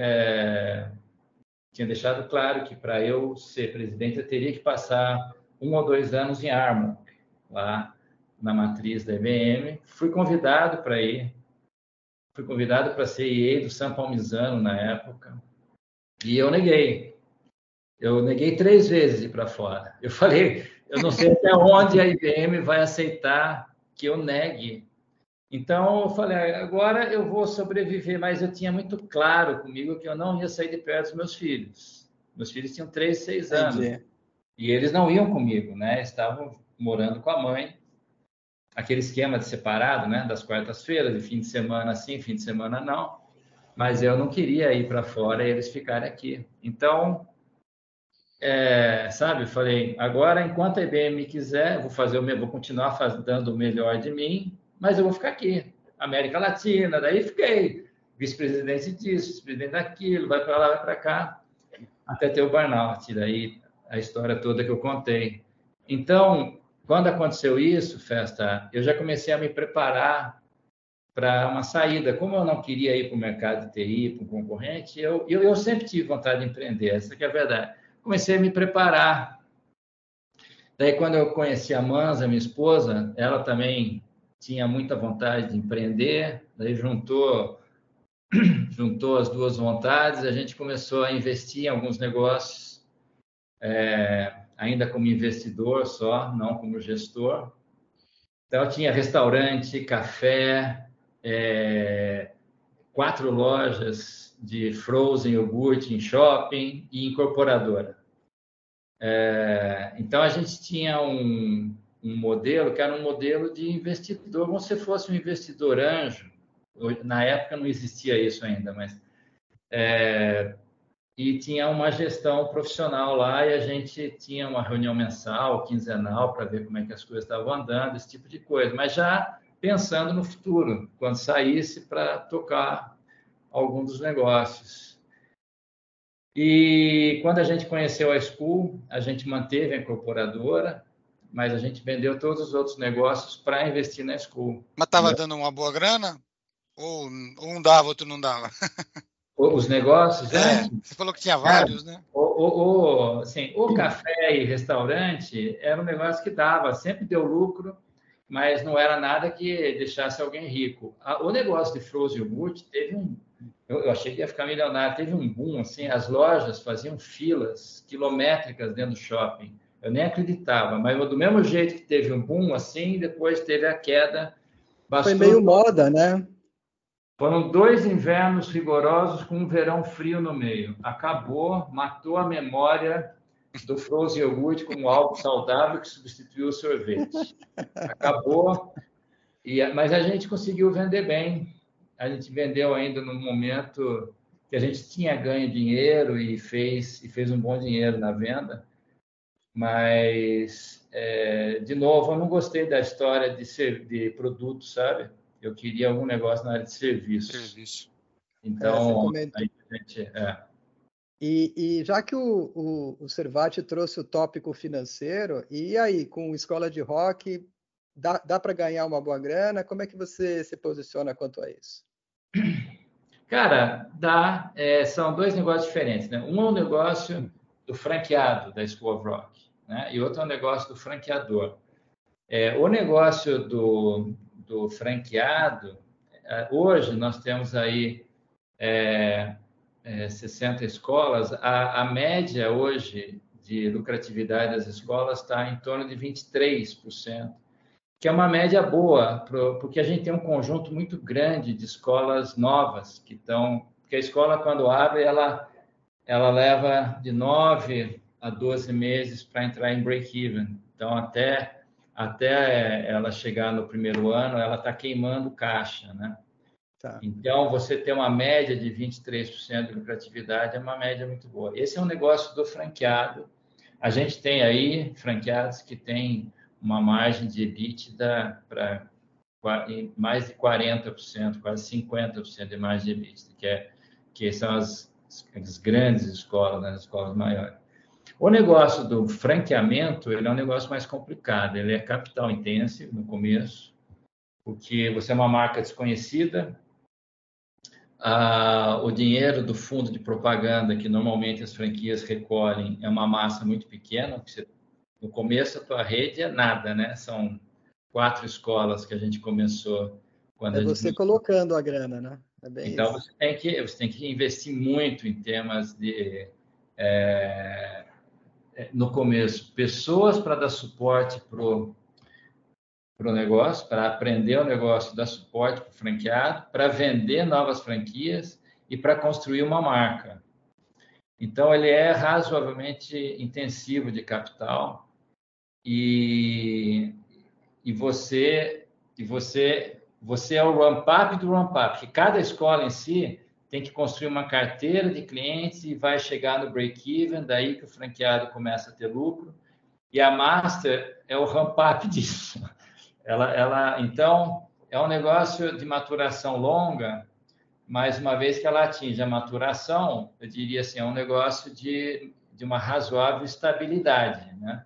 tinha deixado claro que para eu ser presidente eu teria que passar 1 ou 2 anos em Armonk, lá na matriz da IBM. Fui convidado para ir. Fui convidado para ser EA do San Palmisano na época. E eu neguei. Eu neguei 3 vezes ir para fora. Eu falei, eu não sei até onde a IBM vai aceitar que eu negue. Então, eu falei, agora eu vou sobreviver, mas eu tinha muito claro comigo que eu não ia sair de perto dos meus filhos. Meus filhos tinham 3, 6 anos. Entendi. E eles não iam comigo, né? Estavam morando com a mãe. Aquele esquema de separado, né? Das quartas-feiras, de fim de semana sim, fim de semana não. Mas eu não queria ir para fora e eles ficarem aqui. Então, sabe, eu falei, agora, enquanto a IBM me quiser, vou continuar dando o melhor de mim, mas eu vou ficar aqui. América Latina, daí fiquei vice-presidente disso, vice-presidente daquilo, vai para lá, vai para cá, até ter o burnout, daí a história toda que eu contei. Então, quando aconteceu isso, Festa, eu já comecei a me preparar para uma saída. Como eu não queria ir para o mercado de TI, para um concorrente, eu sempre tive vontade de empreender, essa que é a verdade. Comecei a me preparar. Daí, quando eu conheci a Manza, minha esposa, ela também tinha muita vontade de empreender, daí juntou as duas vontades, a gente começou a investir em alguns negócios, ainda como investidor só, não como gestor. Então, eu tinha restaurante, café, 4 lojas de frozen iogurte em shopping e incorporadora. Então, a gente tinha um modelo que era um modelo de investidor, como se fosse um investidor anjo. Na época não existia isso ainda, mas... e tinha uma gestão profissional lá e a gente tinha uma reunião mensal, quinzenal, para ver como é que as coisas estavam andando, esse tipo de coisa. Mas já pensando no futuro, quando saísse para tocar algum dos negócios. E quando a gente conheceu a School, a gente manteve a incorporadora, mas a gente vendeu todos os outros negócios para investir na School. Mas estava dando uma boa grana? Ou um dava, outro não dava? Os negócios, você falou que tinha vários, né? Assim, o café e restaurante era um negócio que dava, sempre deu lucro, mas não era nada que deixasse alguém rico. O negócio de frozen yogurt teve eu achei que ia ficar milionário, teve um boom, assim, as lojas faziam filas quilométricas dentro do shopping. Eu nem acreditava, mas do mesmo jeito que teve um boom, assim, depois teve a queda. Foi meio moda, né? Foram 2 invernos rigorosos com um verão frio no meio. Acabou, matou a memória do frozen yogurt como algo saudável que substituiu o sorvete. Acabou, mas a gente conseguiu vender bem. A gente vendeu ainda no momento que a gente tinha ganho dinheiro e fez um bom dinheiro na venda. Mas, de novo, eu não gostei da história de produto, sabe? Eu queria algum negócio na área de serviços. Então, E já que o Servati trouxe o tópico financeiro, e aí, com escola de rock, dá para ganhar uma boa grana? Como é que você se posiciona quanto a isso? Cara, dá. São 2 negócios diferentes, né? Um é um negócio do franqueado da School of Rock, né? E outro é um negócio do franqueador. O negócio do franqueado, hoje nós temos aí 60 escolas. A média hoje de lucratividade das escolas está em torno de 23%. Que é uma média boa, porque a gente tem um conjunto muito grande de escolas novas que estão... Porque a escola, quando abre, ela leva de 9 a 12 meses para entrar em break-even. Então, até ela chegar no primeiro ano, ela está queimando caixa, né? Tá. Então, você ter uma média de 23% de lucratividade é uma média muito boa. Esse é um negócio do franqueado. A gente tem aí franqueados que têm uma margem de EBITDA para mais de 40%, quase 50% de margem de EBITDA, que são as grandes escolas, né, as escolas maiores. O negócio do franqueamento, ele é um negócio mais complicado, ele é capital intensivo no começo, porque você é uma marca desconhecida, o dinheiro do fundo de propaganda que normalmente as franquias recolhem é uma massa muito pequena, porque no começo a tua rede é nada, né? São 4 escolas que a gente começou. Você colocando a grana, né? Então, você tem que investir muito em temas no começo, pessoas para dar suporte para o negócio, para aprender o negócio, dar suporte para o franqueado, para vender novas franquias e para construir uma marca. Então, ele é razoavelmente intensivo de capital e você é o ramp-up do ramp-up, que cada escola em si tem que construir uma carteira de clientes e vai chegar no break-even, daí que o franqueado começa a ter lucro. E a Master é o ramp-up disso. Então, é um negócio de maturação longa, mas uma vez que ela atinge a maturação, eu diria assim, é um negócio de uma razoável estabilidade, né?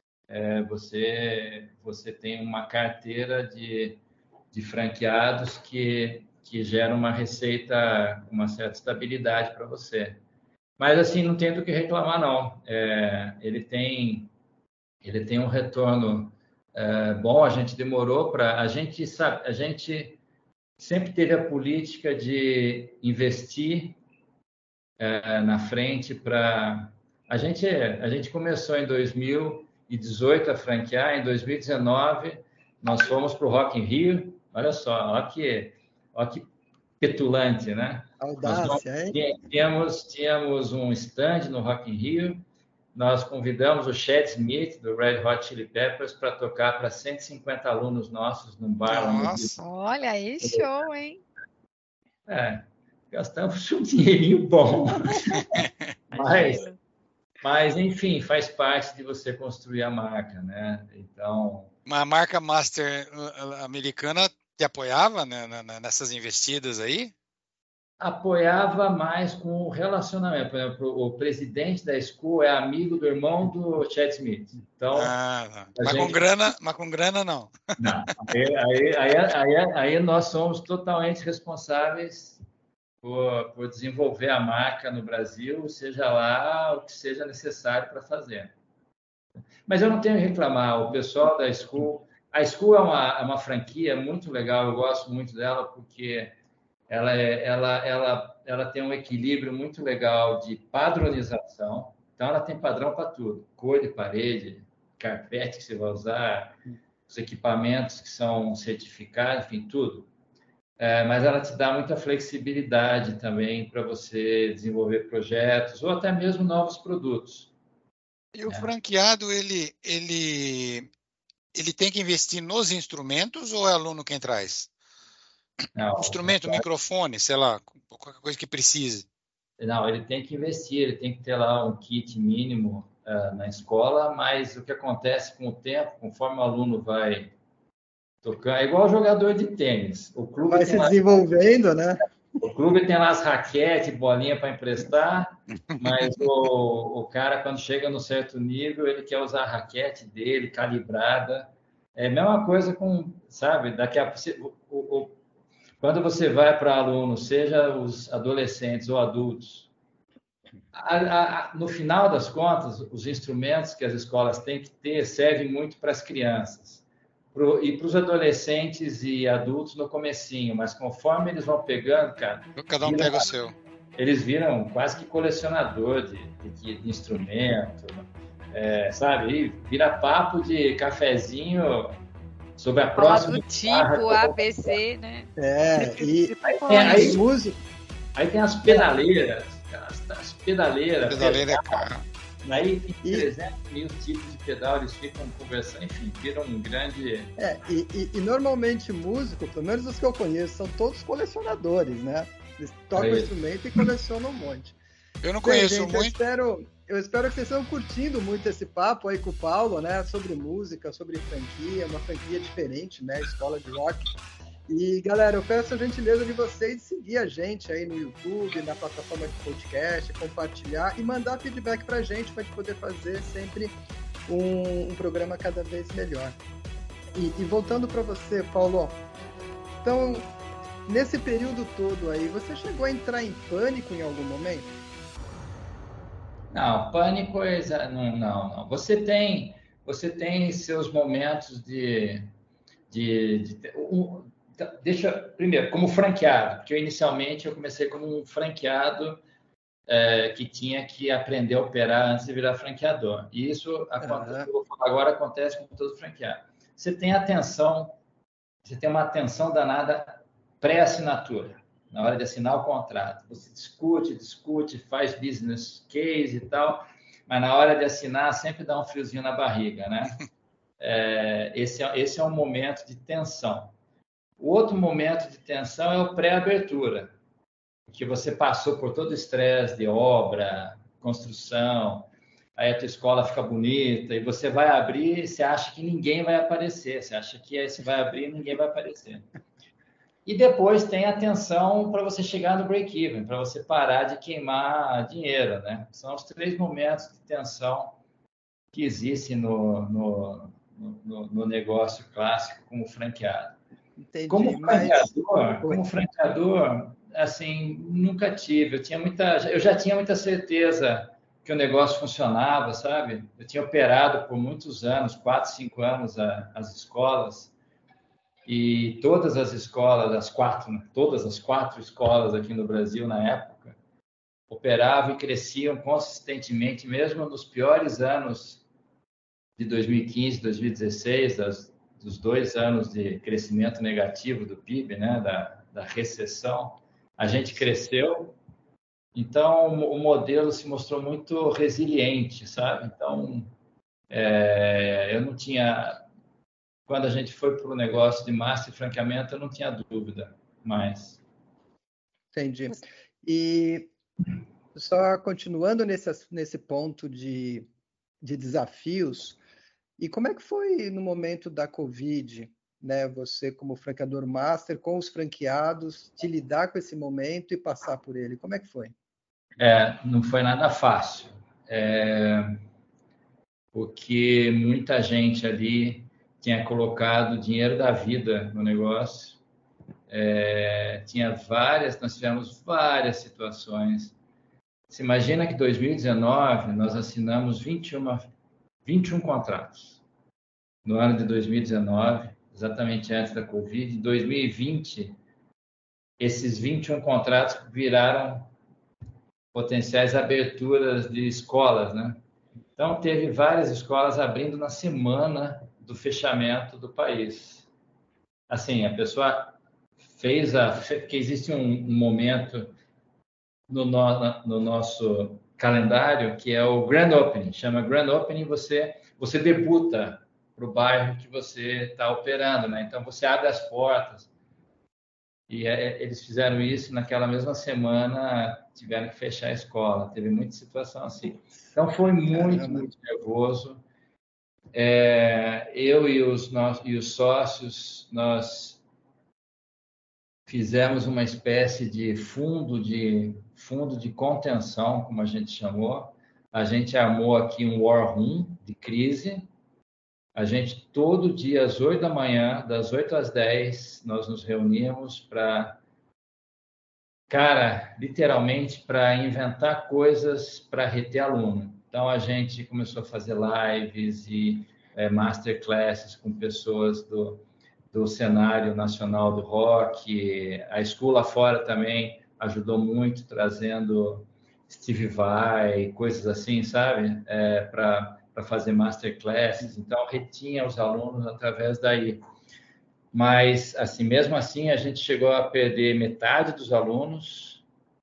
Você tem uma carteira de franqueados que gera uma receita, uma certa estabilidade para você. Mas, assim, não tem do que reclamar, não. Ele tem um retorno bom, a gente demorou para... A gente sempre teve a política de investir na frente para... A gente começou em 2018 a franquear, em 2019 nós fomos para o Rock in Rio. Olha só, olha que petulante, né? Audácia, hein? Tínhamos um stand no Rock in Rio, nós convidamos o Chad Smith, do Red Hot Chili Peppers, para tocar para 150 alunos nossos num bar. Nossa, olha aí, show, hein? Gastamos um dinheirinho bom. Mas, enfim, faz parte de você construir a marca, né? Então... Uma marca Master americana te apoiava, né, nessas investidas aí? Apoiava mais com o relacionamento. Por exemplo, o presidente da school é amigo do irmão do Chad Smith. Então, mas com grana não. Não. Aí nós somos totalmente responsáveis por desenvolver a marca no Brasil, seja lá o que seja necessário para fazer. Mas eu não tenho a reclamar. O pessoal da school... A school é uma franquia muito legal, eu gosto muito dela, porque ela tem um equilíbrio muito legal de padronização. Então, ela tem padrão para tudo. Cor de parede, carpete que você vai usar, os equipamentos que são certificados, enfim, tudo. Mas ela te dá muita flexibilidade também para você desenvolver projetos ou até mesmo novos produtos. E o franqueado, ele tem que investir nos instrumentos ou é aluno quem traz? Não, instrumento, microfone, sei lá, qualquer coisa que precise. Não, ele tem que investir, ele tem que ter lá um kit mínimo na escola, mas o que acontece com o tempo, conforme o aluno vai tocando, é igual jogador de tênis. O clube vai se desenvolvendo, né? O clube tem lá as raquetes, bolinha para emprestar, mas o cara, quando chega no certo nível, ele quer usar a raquete dele, calibrada. É a mesma coisa com, sabe, daqui a quando você vai para alunos, seja os adolescentes ou adultos, no final das contas, os instrumentos que as escolas têm que ter servem muito para as crianças. E para os adolescentes e adultos no comecinho, mas conforme eles vão pegando, cara... Cada um pega o seu. Eles viram quase que colecionador de instrumento, sabe? E vira papo de cafezinho sobre a próxima... do tipo ABC, né? Aí tem as pedaleiras. As pedaleiras. Pedaleira é cara. Aí tem 300 mil tipos de pedal, eles ficam conversando, enfim, viram um grande... E normalmente músico, pelo menos os que eu conheço, são todos colecionadores, né? Eles tocam instrumento e colecionam um monte. Eu não conheço gente, muito. Eu espero que vocês estejam curtindo muito esse papo aí com o Paulo, né? Sobre música, sobre franquia, uma franquia diferente, né? Escola de rock. E, galera, eu peço a gentileza de vocês de seguir a gente aí no YouTube, na plataforma de podcast, compartilhar e mandar feedback pra gente poder fazer sempre um programa cada vez melhor. E voltando para você, Paulo, então, nesse período todo aí, você chegou a entrar em pânico em algum momento? Não, pânico não. Você tem seus momentos primeiro, como franqueado, porque inicialmente eu comecei como um franqueado que tinha que aprender a operar antes de virar franqueador. E isso, eu vou falar agora, acontece com todo franqueado. Você tem uma atenção danada pré-assinatura, na hora de assinar o contrato. Você discute, faz business case e tal, mas na hora de assinar sempre dá um friozinho na barriga, né? Esse é um momento de tensão. O outro momento de tensão é o pré-abertura, que você passou por todo o estresse de obra, construção, aí a tua escola fica bonita, e você vai abrir e você acha que ninguém vai aparecer, você acha que você vai abrir e ninguém vai aparecer. E depois tem a tensão para você chegar no break-even, para você parar de queimar dinheiro, né? São os 3 momentos de tensão que existem no negócio clássico como franqueado. Entendi, como franqueador, assim, nunca tive. Eu já tinha muita certeza que o negócio funcionava, sabe? Eu tinha operado por muitos anos, 4, 5 anos, as escolas, e todas as escolas, todas as 4 escolas aqui no Brasil na época, operavam e cresciam consistentemente, mesmo nos piores anos de 2015, 2016, dos 2 anos de crescimento negativo do PIB, né, da recessão, a gente cresceu. Então, o modelo se mostrou muito resiliente, sabe? Então, eu não tinha... Quando a gente foi para o negócio de master e franqueamento, eu não tinha dúvida mais. Entendi. E só continuando nesse ponto de desafios, e como é que foi no momento da Covid, né? Você como franqueador master, com os franqueados, te lidar com esse momento e passar por ele, como é que foi? Não foi nada fácil, porque muita gente ali tinha colocado o dinheiro da vida no negócio. Nós tivemos várias situações. Você imagina que em 2019 nós assinamos 21 contratos. No ano de 2019, exatamente antes da Covid, em 2020, esses 21 contratos viraram potenciais aberturas de escolas, né? Então, teve várias escolas abrindo na semana do fechamento do país. Assim, a pessoa porque existe um momento no nosso calendário que é o Grand Opening. Chama Grand Opening, você debuta para o bairro que você está operando, né? Então, você abre as portas. E eles fizeram isso naquela mesma semana, tiveram que fechar a escola. Teve muita situação assim. Então, foi muito nervoso. Eu e os sócios, nós fizemos uma espécie de fundo de contenção, como a gente chamou. A gente armou aqui um war room de crise. A gente, todo dia, às 8 da manhã, das 8 às 10, nós nos reuníamos literalmente para inventar coisas para reter aluno. Então, a gente começou a fazer lives e masterclasses com pessoas do cenário nacional do rock. A School lá fora também ajudou muito, trazendo Steve Vai, coisas assim, sabe? Para fazer masterclasses. Então, retinha os alunos através daí. Mas, assim, mesmo assim, a gente chegou a perder metade dos alunos.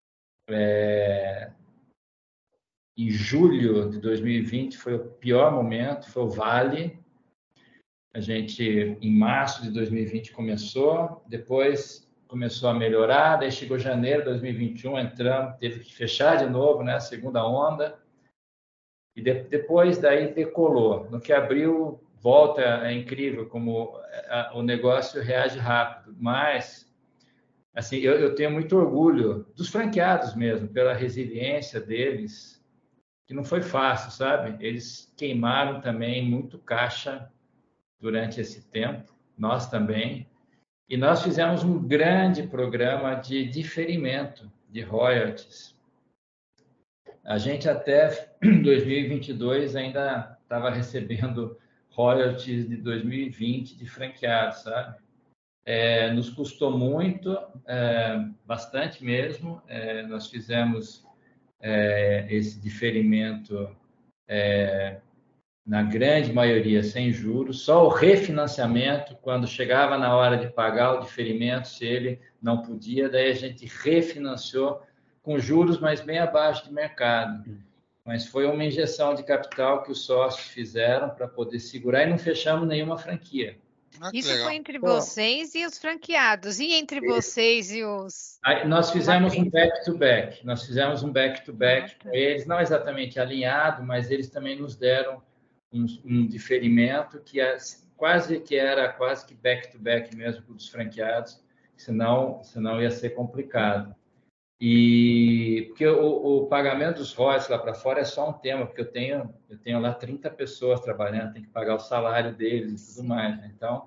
Em julho de 2020 foi o pior momento, foi o Vale. A gente, em março de 2020, começou, depois começou a melhorar, daí chegou janeiro de 2021, entramos, teve que fechar de novo, né, a segunda onda, e depois daí decolou. No que abriu, volta, é incrível como o negócio reage rápido, mas, assim, eu tenho muito orgulho dos franqueados mesmo, pela resiliência deles, que não foi fácil, sabe? Eles queimaram também muito caixa durante esse tempo, nós também, e nós fizemos um grande programa de diferimento de royalties. A gente até 2022 ainda estava recebendo royalties de 2020 de franqueados, sabe? Nos custou muito, bastante mesmo. Nós fizemos esse diferimento, na grande maioria, sem juros. Só o refinanciamento, quando chegava na hora de pagar o diferimento, se ele não podia, daí a gente refinanciou com juros, mas bem abaixo de mercado. Mas foi uma injeção de capital que os sócios fizeram para poder segurar e não fechamos nenhuma franquia. Isso foi entre vocês e os franqueados. E entre vocês e os... Aí nós fizemos um back-to-back. Nós fizemos um back-to-back com eles, não exatamente alinhado, mas eles também nos deram um diferimento que quase que back-to-back mesmo com os franqueados, senão ia ser complicado. E porque o pagamento dos royalties lá para fora é só um tema, porque eu tenho lá 30 pessoas trabalhando, tem que pagar o salário deles e tudo mais, né? Então,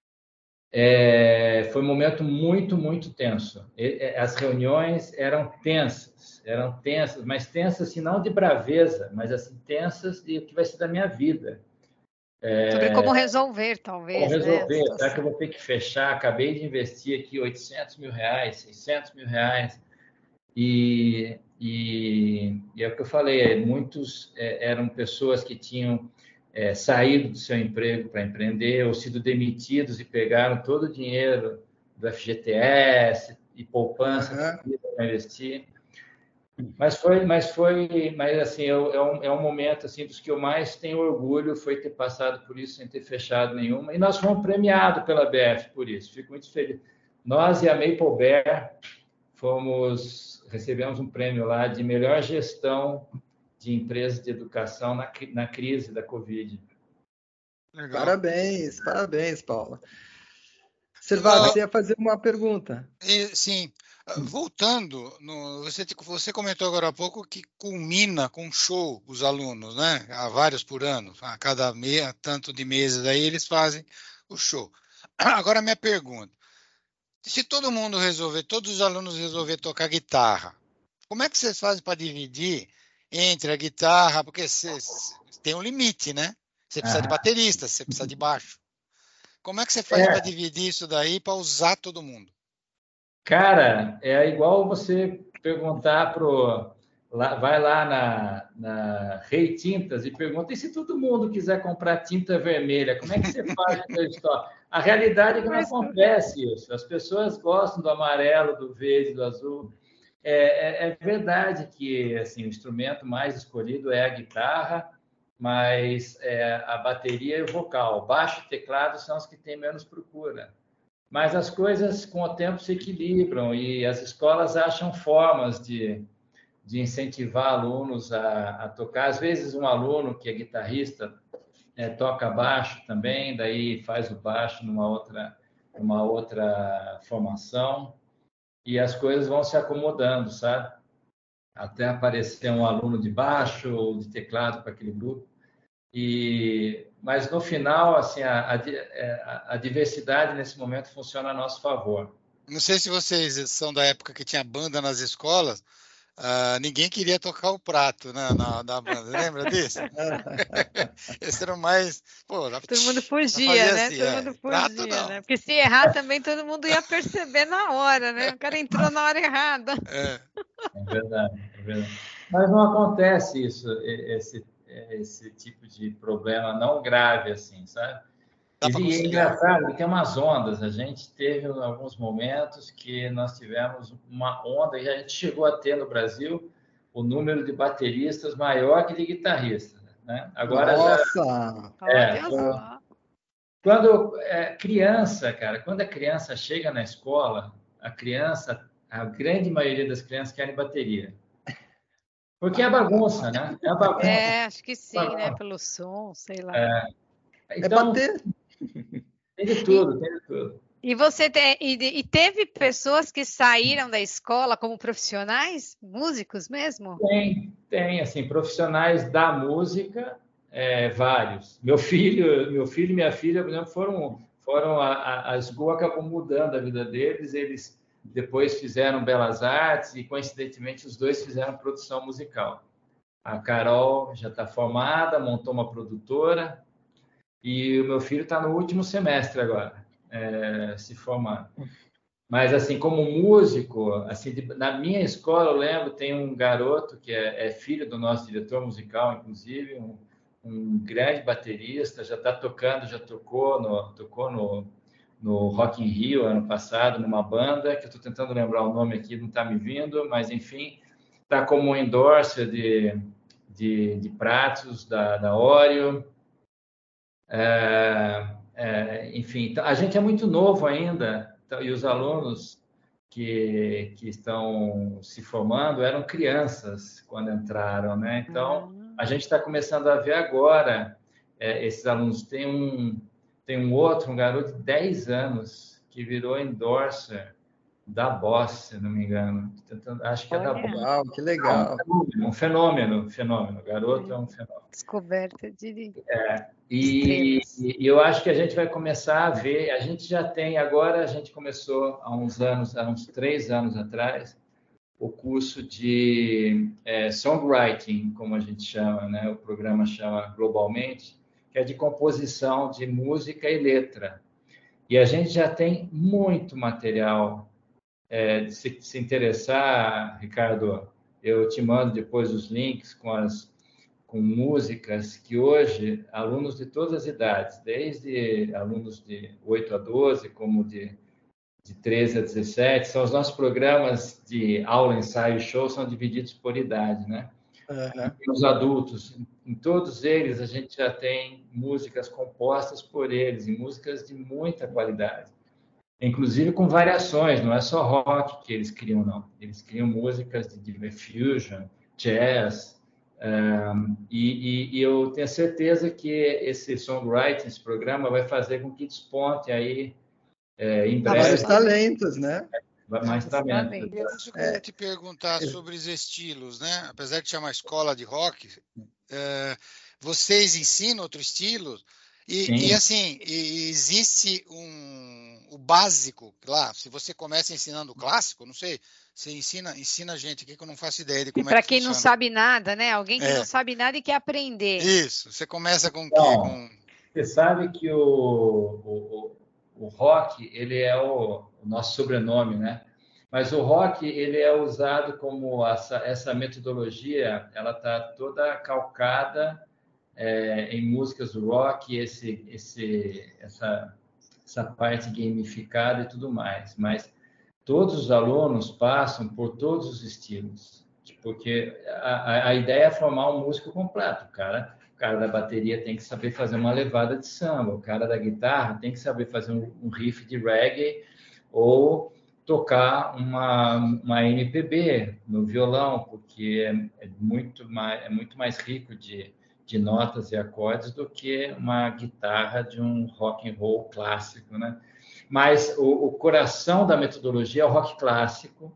foi um momento muito, muito tenso. As reuniões eram tensas, mas tensas assim, não de braveza, mas assim, tensas de o que vai ser da minha vida. Sobre como resolver, talvez. Como resolver, né? Será que eu vou ter que fechar? Acabei de investir aqui R$800 mil, R$600 mil. E é o que eu falei, muitos eram pessoas que tinham saído do seu emprego para empreender ou sido demitidos e pegaram todo o dinheiro do FGTS e poupança para investir. Mas assim, é um momento assim, dos que eu mais tenho orgulho foi ter passado por isso sem ter fechado nenhuma. E nós fomos premiados pela BF por isso. Fico muito feliz. Nós e a Maple Bear recebemos um prêmio lá de melhor gestão de empresas de educação na crise da Covid. Legal. Parabéns, Paula. Servado, você ia fazer uma pergunta. Sim. Voltando, você comentou agora há pouco que culmina com um show os alunos, né? Há vários por ano, a cada tanto de meses aí eles fazem o show. Agora minha pergunta, se todos os alunos resolver tocar guitarra, como é que vocês fazem para dividir entre a guitarra, porque tem um limite, né? Você precisa de baterista, você precisa de baixo. Como é que você faz para dividir isso daí para usar todo mundo? Cara, é igual você perguntar vai lá na Rei Tintas e pergunta, e se todo mundo quiser comprar tinta vermelha, como é que você faz o seu estoque? A realidade é que não acontece isso. As pessoas gostam do amarelo, do verde, do azul. É verdade que assim, o instrumento mais escolhido é a guitarra, mas a bateria e o vocal. Baixo e teclado são os que têm menos procura. Mas as coisas, com o tempo, se equilibram e as escolas acham formas de incentivar alunos a tocar. Às vezes, um aluno que é guitarrista toca baixo também, daí faz o baixo numa outra formação e as coisas vão se acomodando, sabe? Até aparecer um aluno de baixo ou de teclado para aquele grupo. Mas no final, assim, a diversidade nesse momento funciona a nosso favor. Não sei se vocês são da época que tinha banda nas escolas, ninguém queria tocar o prato, né, da banda. Lembra disso? Esse era o mais... todo mundo fugia, né? Assim, todo mundo fugia, né? Porque se errar também todo mundo ia perceber na hora, né? O cara entrou na hora errada. É verdade. Mas não acontece isso, esse tipo de problema não grave assim, sabe? E é engraçado, tem umas ondas. A gente teve alguns momentos que nós tivemos uma onda e a gente chegou a ter no Brasil o número de bateristas maior que de guitarristas, né? Agora quando quando a criança chega na escola, a grande maioria das crianças querem bateria. Porque é bagunça, né? É bagunça. Acho que sim, né? Pelo som, sei lá. Então, bater. Tem de tudo. E teve pessoas que saíram da escola como profissionais, músicos mesmo? Tem assim, profissionais da música, vários. Meu filho e minha filha, por exemplo, foram a escola acabou mudando a vida deles. Eles depois fizeram Belas Artes e, coincidentemente, os dois fizeram produção musical. A Carol já está formada, montou uma produtora e o meu filho está no último semestre agora, se formando. Mas, assim, como músico, assim, na minha escola, eu lembro, tem um garoto que é filho do nosso diretor musical, inclusive, um grande baterista, já está tocando, já tocou no Rock in Rio ano passado, numa banda, que eu estou tentando lembrar o nome aqui, não está me vindo, mas, enfim, está como endorser de pratos da Oreo. Enfim, a gente é muito novo ainda, e os alunos que estão se formando eram crianças quando entraram, né? Então, a gente está começando a ver agora esses alunos. Tem um garoto de 10 anos, que virou endorser da Boss, se não me engano. Acho que é da Boss. Uau, que legal. Um fenômeno. O garoto é um fenômeno. Descoberta de E eu acho que a gente vai começar a ver, a gente já tem, agora a gente começou há uns 3 anos atrás, o curso de songwriting, como a gente chama, né? O programa chama globalmente, que é de composição de música e letra. E a gente já tem muito material. Se interessar, Ricardo, eu te mando depois os links com músicas que hoje alunos de todas as idades, desde alunos de 8 a 12, como de 13 a 17, são os nossos programas de aula, ensaio e show, são divididos por idade, né? E os adultos, em todos eles a gente já tem músicas compostas por eles, e músicas de muita qualidade. Inclusive com variações, não é só rock que eles criam, não. Eles criam músicas de fusion, jazz, e eu tenho certeza que esse songwriting, esse programa, vai fazer com que desponte aí em breve. Vários talentos, né? Mais talentos. Isso que eu ia te perguntar sobre os estilos, né? Apesar de chamar escola de rock, vocês ensinam outro estilo? E assim, existe o básico lá. Se você começa ensinando o clássico, não sei, você ensina a gente aqui que eu não faço ideia de como é que para quem funciona. não sabe nada, né? Alguém que não sabe nada e quer aprender. Isso. Você começa com o quê? Você sabe que o rock, ele é o nosso sobrenome, né? Mas o rock, ele é usado como essa metodologia, ela está toda calcada em músicas do rock, essa parte gamificada e tudo mais. Mas todos os alunos passam por todos os estilos, porque a ideia é formar um músico completo. O cara da bateria tem que saber fazer uma levada de samba, o cara da guitarra tem que saber fazer um riff de reggae ou tocar uma MPB no violão, porque é muito mais rico de notas e acordes do que uma guitarra de um rock and roll clássico, né? Mas o coração da metodologia é o rock clássico,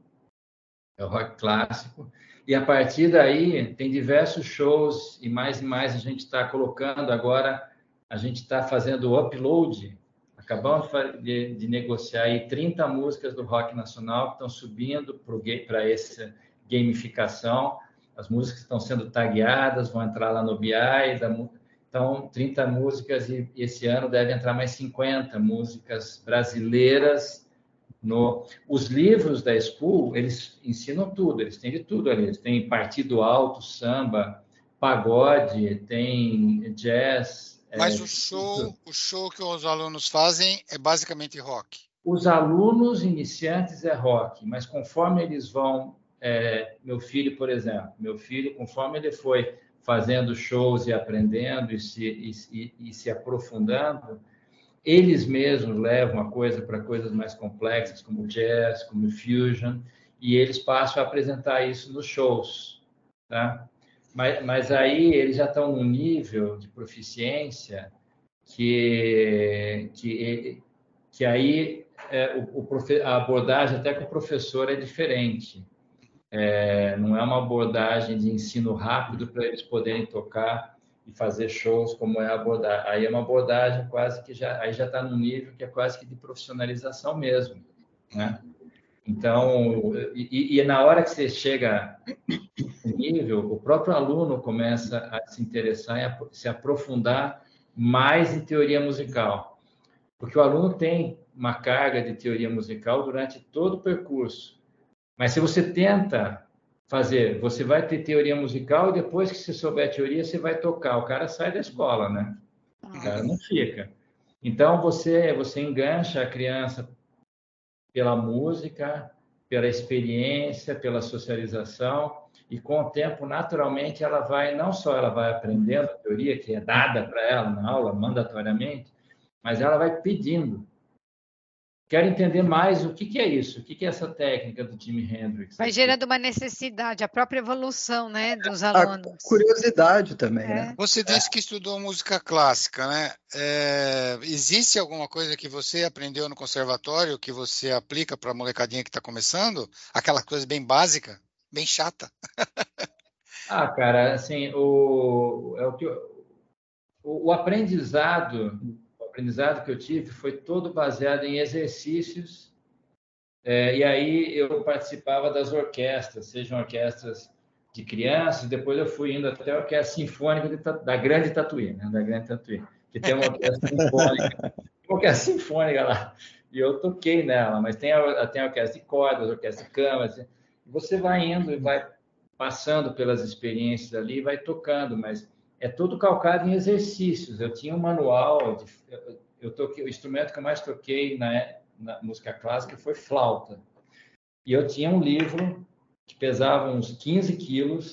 e a partir daí tem diversos shows, e mais a gente está colocando agora, a gente está fazendo o upload, acabamos de negociar aí 30 músicas do rock nacional que estão subindo para essa gamificação. As músicas estão sendo tagueadas, vão entrar lá no BI, então 30 músicas, e esse ano deve entrar mais 50 músicas brasileiras. Os livros da School, eles ensinam tudo, eles têm de tudo ali. Eles têm partido alto, samba, pagode, tem jazz. Mas o show que os alunos fazem é basicamente rock. Os alunos iniciantes é rock, mas conforme eles vão... meu filho, por exemplo, conforme ele foi fazendo shows e aprendendo e se aprofundando, eles mesmos levam a coisa para coisas mais complexas, como jazz, como fusion, e eles passam a apresentar isso nos shows, tá? Mas aí eles já estão num nível de proficiência que aí a abordagem até com o professor é diferente. Não é uma abordagem de ensino rápido para eles poderem tocar e fazer shows como é a abordagem. Aí é uma abordagem quase que já está num nível que é quase que de profissionalização mesmo, né? Então, e na hora que você chega no nível, o próprio aluno começa a se interessar e a se aprofundar mais em teoria musical. Porque o aluno tem uma carga de teoria musical durante todo o percurso. Mas se você tenta fazer, você vai ter teoria musical e depois que você souber a teoria, você vai tocar. O cara sai da escola, né? O cara não fica. Então, você engancha a criança pela música, pela experiência, pela socialização, e com o tempo, naturalmente, não só ela vai aprendendo a teoria, que é dada para ela na aula, mandatoriamente, mas ela vai pedindo. Quero entender mais o que é isso, o que é essa técnica do Jimi Hendrix. Vai gerando uma necessidade, a própria evolução, né, dos alunos. A curiosidade também, né? Você disse que estudou música clássica, né? Existe alguma coisa que você aprendeu no conservatório que você aplica para a molecadinha que está começando? Aquela coisa bem básica, bem chata? Cara, assim, o aprendizado que eu tive foi todo baseado em exercícios, e aí eu participava das orquestras, sejam orquestras de crianças, depois eu fui indo até a Orquestra Sinfônica da Grande Tatuí, né? Da Grande Tatuí, que tem uma orquestra sinfônica lá, e eu toquei nela, mas tem a orquestra de cordas, a orquestra de câmara, e você vai indo e vai passando pelas experiências ali e vai tocando, mas é tudo calcado em exercícios. Eu tinha um manual, o instrumento que eu mais toquei na música clássica foi flauta. E eu tinha um livro que pesava uns 15 quilos,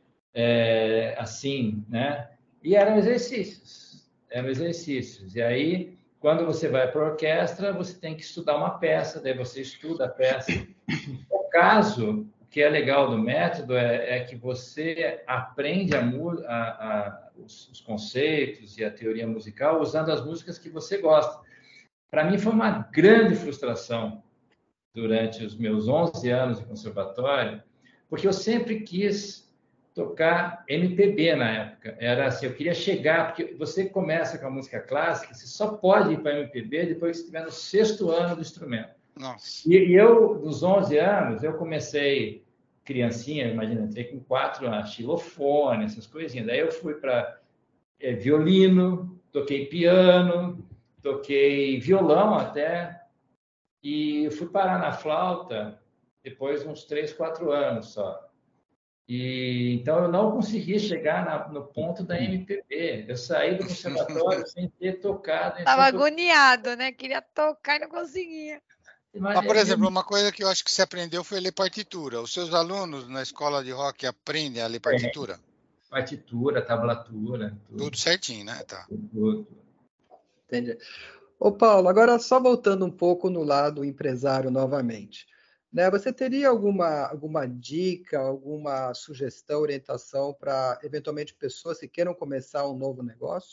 assim, né? E eram exercícios. E aí, quando você vai para a orquestra, você tem que estudar uma peça, daí você estuda a peça. No caso, o que é legal do método é que você aprende os conceitos e a teoria musical usando as músicas que você gosta. Para mim foi uma grande frustração durante os meus 11 anos de conservatório, porque eu sempre quis tocar MPB na época. Era assim, eu queria chegar, porque você começa com a música clássica, você só pode ir para MPB depois que você estiver no 6º ano do instrumento. Nossa. E eu, dos 11 anos, eu comecei criancinha, imagina, entrei com 4 anos, xilofone, essas coisinhas. Daí eu fui para violino, toquei piano, toquei violão até, e fui parar na flauta depois de uns 3, 4 anos só. Então, eu não consegui chegar no ponto da MPB. Eu saí do conservatório sem ter tocado. Estava agoniado, né? Queria tocar e não conseguia. Mas, por exemplo, uma coisa que eu acho que você aprendeu foi ler partitura. Os seus alunos na escola de rock aprendem a ler partitura? Partitura, tablatura. Tudo certinho, né? Tá. Tudo. Entendi. Ô, Paulo, agora só voltando um pouco no lado empresário novamente. Né, você teria alguma dica, alguma sugestão, orientação para, eventualmente, pessoas que queiram começar um novo negócio?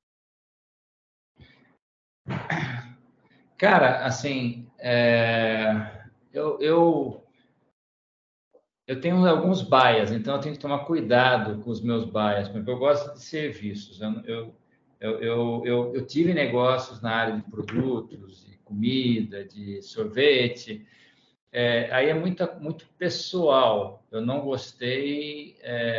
Cara, assim, eu tenho alguns bias, então eu tenho que tomar cuidado com os meus bias, porque eu gosto de serviços. Eu tive negócios na área de produtos, de comida, de sorvete. Aí é muito pessoal. Eu não gostei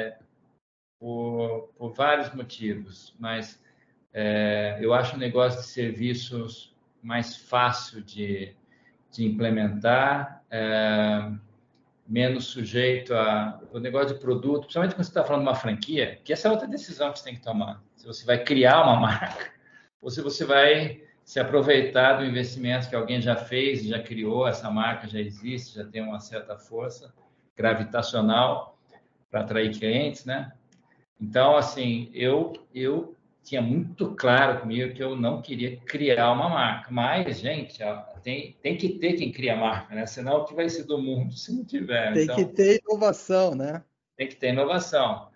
por vários motivos, mas eu acho o negócio de serviços mais fácil de implementar, menos sujeito o negócio de produto, principalmente quando você está falando de uma franquia, que essa é outra decisão que você tem que tomar. Se você vai criar uma marca ou se você vai se aproveitar do investimento que alguém já fez, já criou, essa marca já existe, já tem uma certa força gravitacional para atrair clientes, né? Então, assim, eu tinha muito claro comigo que eu não queria criar uma marca. Mas, gente, tem que ter quem cria marca, né? Senão, o que vai ser do mundo se não tiver? Tem que ter inovação, né? Tem que ter inovação.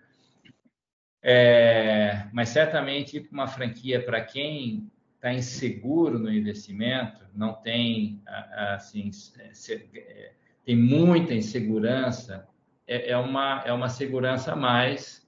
Mas, certamente, uma franquia para quem está inseguro no investimento, não tem, assim, tem muita insegurança, é uma segurança a mais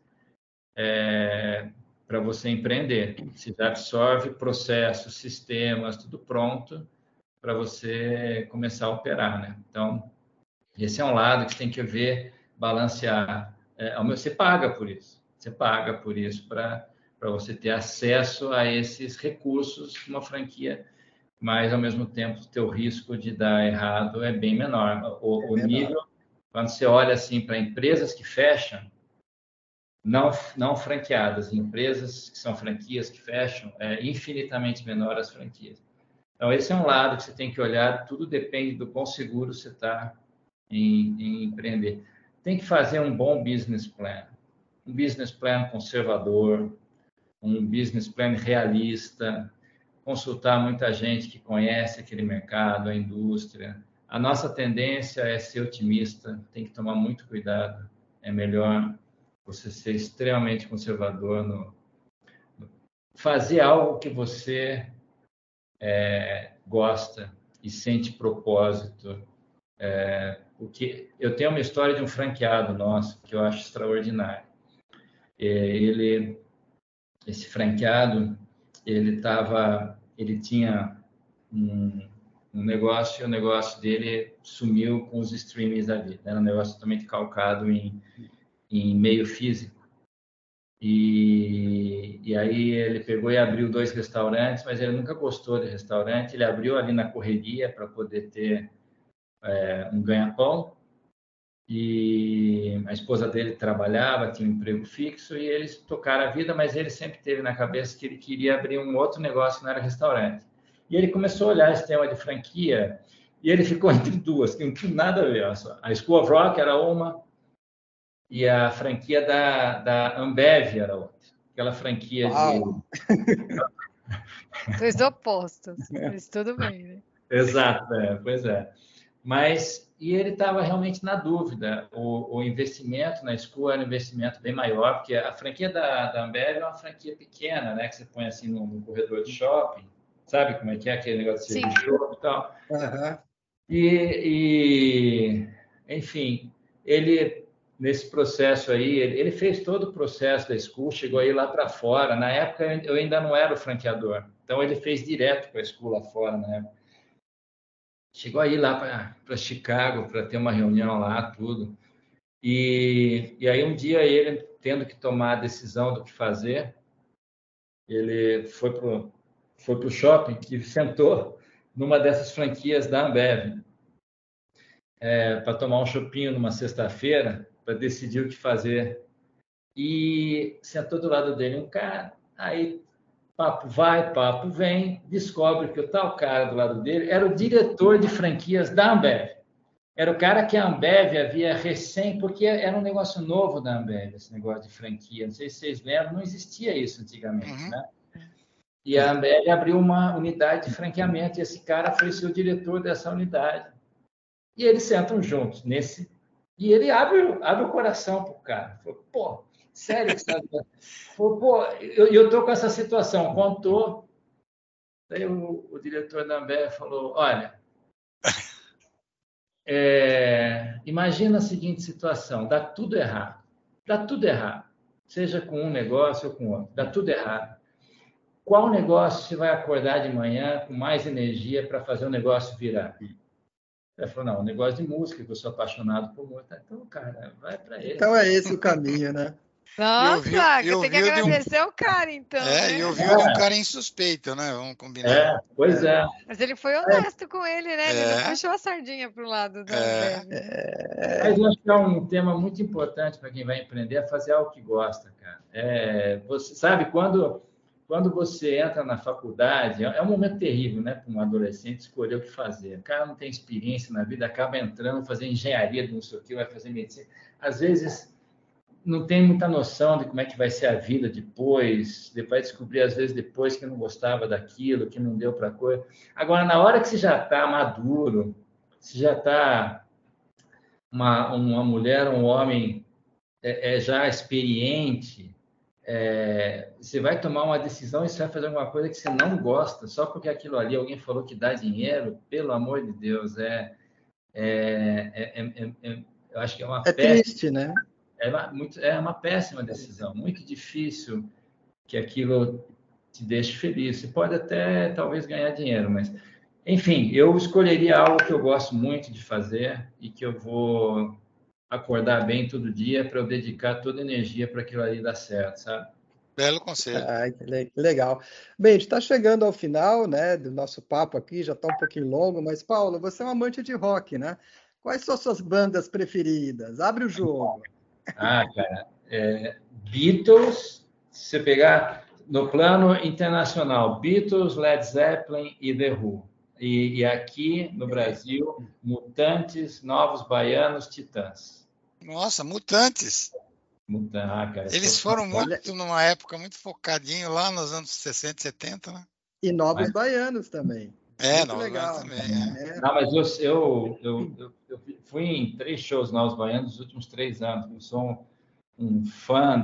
para você empreender. Você já absorve processos, sistemas, tudo pronto para você começar a operar, né? Então, esse é um lado que você tem que ver, balancear. Você paga por isso. Você paga por isso para você ter acesso a esses recursos que uma franquia mas, ao mesmo tempo, o teu risco de dar errado é bem menor. O nível, quando você olha assim para empresas que fecham, não franqueadas, empresas que são franquias que fecham, é infinitamente menor as franquias. Então, esse é um lado que você tem que olhar, tudo depende do quão seguro você está em empreender. Tem que fazer um bom business plan conservador, um business plan realista, consultar muita gente que conhece aquele mercado, a indústria. A nossa tendência é ser otimista, tem que tomar muito cuidado. É melhor você ser extremamente conservador fazer algo que você gosta e sente propósito. Porque eu tenho uma história de um franqueado nosso que eu acho extraordinário. Esse franqueado, ele tinha um negócio, e o negócio dele sumiu com os streamings da vida. Era um negócio totalmente calcado em meio físico. E aí ele pegou e abriu 2 restaurantes, mas ele nunca gostou de restaurante. Ele abriu ali na correria para poder ter um ganha-pão. E a esposa dele trabalhava, tinha um emprego fixo, e eles tocaram a vida, mas ele sempre teve na cabeça que ele queria abrir um outro negócio que não era restaurante. E ele começou a olhar esse tema de franquia, e ele ficou entre duas, que não tinha nada a ver. A School of Rock era uma, e a franquia da Ambev era outra. Aquela franquia Dois opostos, mas tudo bem, né? Exato, pois é. E ele estava realmente na dúvida. O investimento na School era um investimento bem maior, porque a franquia da Ambev é uma franquia pequena, né? Que você põe assim no corredor de shopping. Sabe como é que é aquele negócio de shopping e tal? Uhum. Enfim, ele, nesse processo aí, ele fez todo o processo da School, chegou aí lá para fora. Na época, eu ainda não era o franqueador. Então, ele fez direto com a School lá fora, na época. Chegou aí lá para Chicago para ter uma reunião lá, tudo. E aí um dia ele, tendo que tomar a decisão do que fazer, ele foi pro shopping e sentou numa dessas franquias da Ambev para tomar um chopinho numa sexta-feira para decidir o que fazer. E sentou do lado dele um cara, aí papo vai, papo vem, descobre que o tal cara do lado dele era o diretor de franquias da Ambev. Era o cara que a Ambev havia porque era um negócio novo da Ambev, esse negócio de franquia. Não sei se vocês lembram, não existia isso antigamente, né? E a Ambev abriu uma unidade de franqueamento, e esse cara foi ser o diretor dessa unidade. E eles sentam juntos e ele abre o coração pro cara. Falou, pô, sério que você tá... Pô, eu tô com essa situação. Contou. Daí o diretor da Ambev falou, olha, imagina a seguinte situação, dá tudo errado, seja com um negócio ou com outro, dá tudo errado. Qual negócio você vai acordar de manhã com mais energia para fazer o negócio virar? Ele falou, não, um negócio de música, que eu sou apaixonado por música. Então, cara, vai para ele. Então é esse o caminho, né? Nossa, eu tenho que agradecer o cara, então. E eu vi de um cara insuspeito, né? Vamos combinar. Pois é. Mas ele foi honesto com ele, né? Ele não puxou a sardinha para o lado da Ambev. Mas eu acho que é um tema muito importante para quem vai empreender, é fazer algo que gosta, cara. Você sabe, quando você entra na faculdade, é um momento terrível, né, para um adolescente escolher o que fazer. O cara não tem experiência na vida, acaba entrando, fazer engenharia de não sei o que, vai fazer medicina. Às vezes, não tem muita noção de como é que vai ser a vida depois, vai descobrir, às vezes, depois que não gostava daquilo, que não deu para coisa. Agora, na hora que você já está maduro, se já está uma mulher, um homem já experiente, você vai tomar uma decisão e você vai fazer alguma coisa que você não gosta, só porque aquilo ali alguém falou que dá dinheiro, pelo amor de Deus, eu acho que é uma triste, né? É uma péssima decisão, muito difícil que aquilo te deixe feliz. Você pode até, talvez, ganhar dinheiro, mas... Enfim, eu escolheria algo que eu gosto muito de fazer e que eu vou acordar bem todo dia para eu dedicar toda a energia para aquilo ali dar certo, sabe? Belo conselho. Que legal. Bem, a gente está chegando ao final, né, do nosso papo aqui, já está um pouquinho longo, mas, Paulo, você é um amante de rock, né? Quais são as suas bandas preferidas? Abre o jogo. Cara, Beatles, se você pegar no plano internacional, Beatles, Led Zeppelin e The Who. E aqui no Brasil, Mutantes, Novos Baianos, Titãs. Nossa, Mutantes. Cara, Eles foram Olha, numa época muito focadinho lá nos anos 60, 70, né? e Novos Mas- Baianos também. Muito Novos Baianos legal. também. Não, mas eu fui em 3 shows Novos Baianos nos últimos 3 anos. Eu sou um fã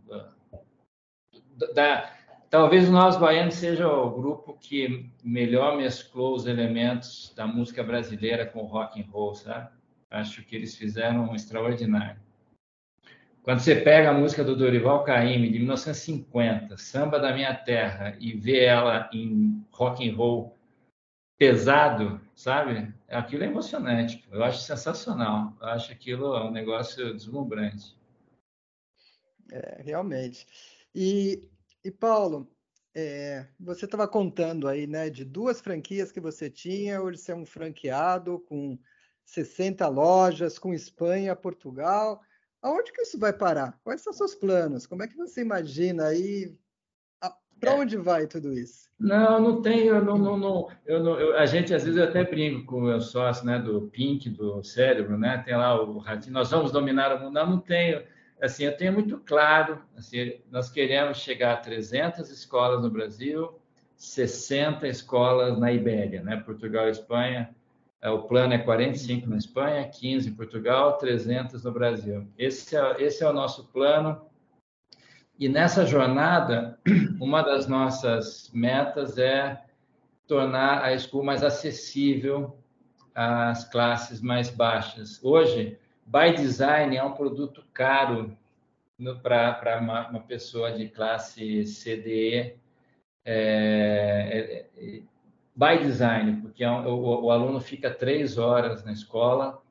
talvez o Novos Baianos seja o grupo que melhor mesclou os elementos da música brasileira com o rock and roll, sabe? Acho que eles fizeram um extraordinário. Quando você pega a música do Dorival Caymmi de 1950, Samba da Minha Terra, e vê ela em rock and roll pesado, sabe? Aquilo é emocionante. Eu acho sensacional. Eu acho aquilo um negócio deslumbrante. Realmente. E Paulo, você estava contando aí, né, de 2 franquias que você tinha, hoje você é um franqueado com 60 lojas, com Espanha, Portugal. Aonde que isso vai parar? Quais são os seus planos? Como é que você imagina aí? Para onde vai tudo isso? Não tenho, a gente às vezes eu até brinco com o meu sócio, né, do Pink, do Cérebro, né, tem lá o ratinho, nós vamos dominar o mundo. Não tenho, assim, eu tenho muito claro, assim, nós queremos chegar a 300 escolas no Brasil, 60 escolas na Ibéria, né, Portugal e Espanha. O plano é 45 na Espanha, 15 em Portugal, 300 no Brasil. Esse é o nosso plano. E nessa jornada, uma das nossas metas é tornar a school mais acessível às classes mais baixas. Hoje, by design é um produto caro para uma pessoa de classe CDE, by design, porque o aluno fica 3 horas na escola,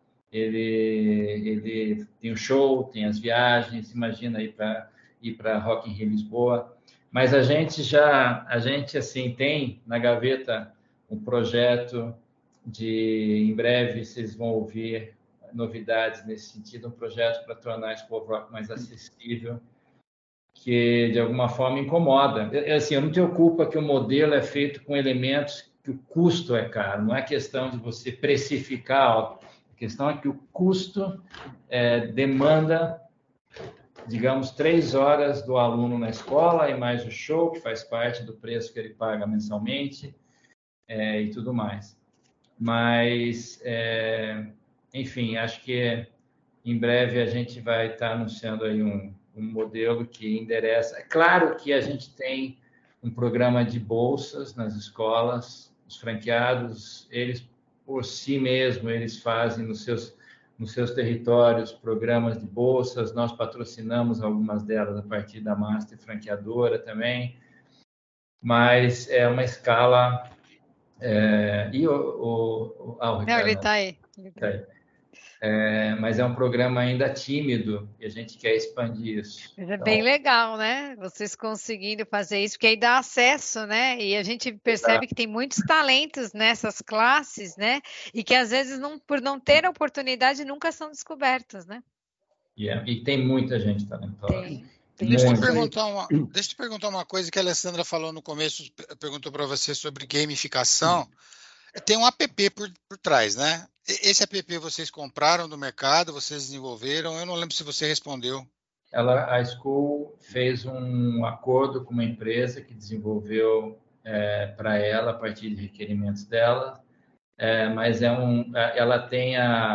ele tem o show, tem as viagens, imagina ir para Rock in Rio Lisboa. Mas a gente assim tem na gaveta um projeto em breve vocês vão ouvir novidades nesse sentido, um projeto para tornar a School of Rock mais acessível, que de alguma forma incomoda. Eu não tenho culpa que o modelo é feito com elementos que o custo é caro, não é questão de você precificar algo, a questão é que o custo demanda, digamos, 3 horas do aluno na escola e mais o show, que faz parte do preço que ele paga mensalmente, e tudo mais. Mas, enfim, acho que em breve a gente vai estar anunciando aí um modelo que endereça. É claro que a gente tem um programa de bolsas nas escolas, os franqueados, eles por si mesmos, eles fazem nos seus territórios programas de bolsas, nós patrocinamos algumas delas a partir da Master Franqueadora também, mas é uma escala... e o Ricardo, Não, ele está aí. tá aí. Mas é um programa ainda tímido e a gente quer expandir isso. Mas é bem legal, né? Vocês conseguindo fazer isso, porque aí dá acesso, né? E a gente percebe que tem muitos talentos nessas classes, né? E que às vezes, por não ter oportunidade, nunca são descobertos, né? E tem muita gente talentosa. Deixa eu te perguntar uma coisa que a Alessandra falou no começo, perguntou para você sobre gamificação. Tem um app por trás, né? Esse app vocês compraram do mercado, vocês desenvolveram? Eu não lembro se você respondeu. A School fez um acordo com uma empresa que desenvolveu para ela a partir de requerimentos dela, mas ela tem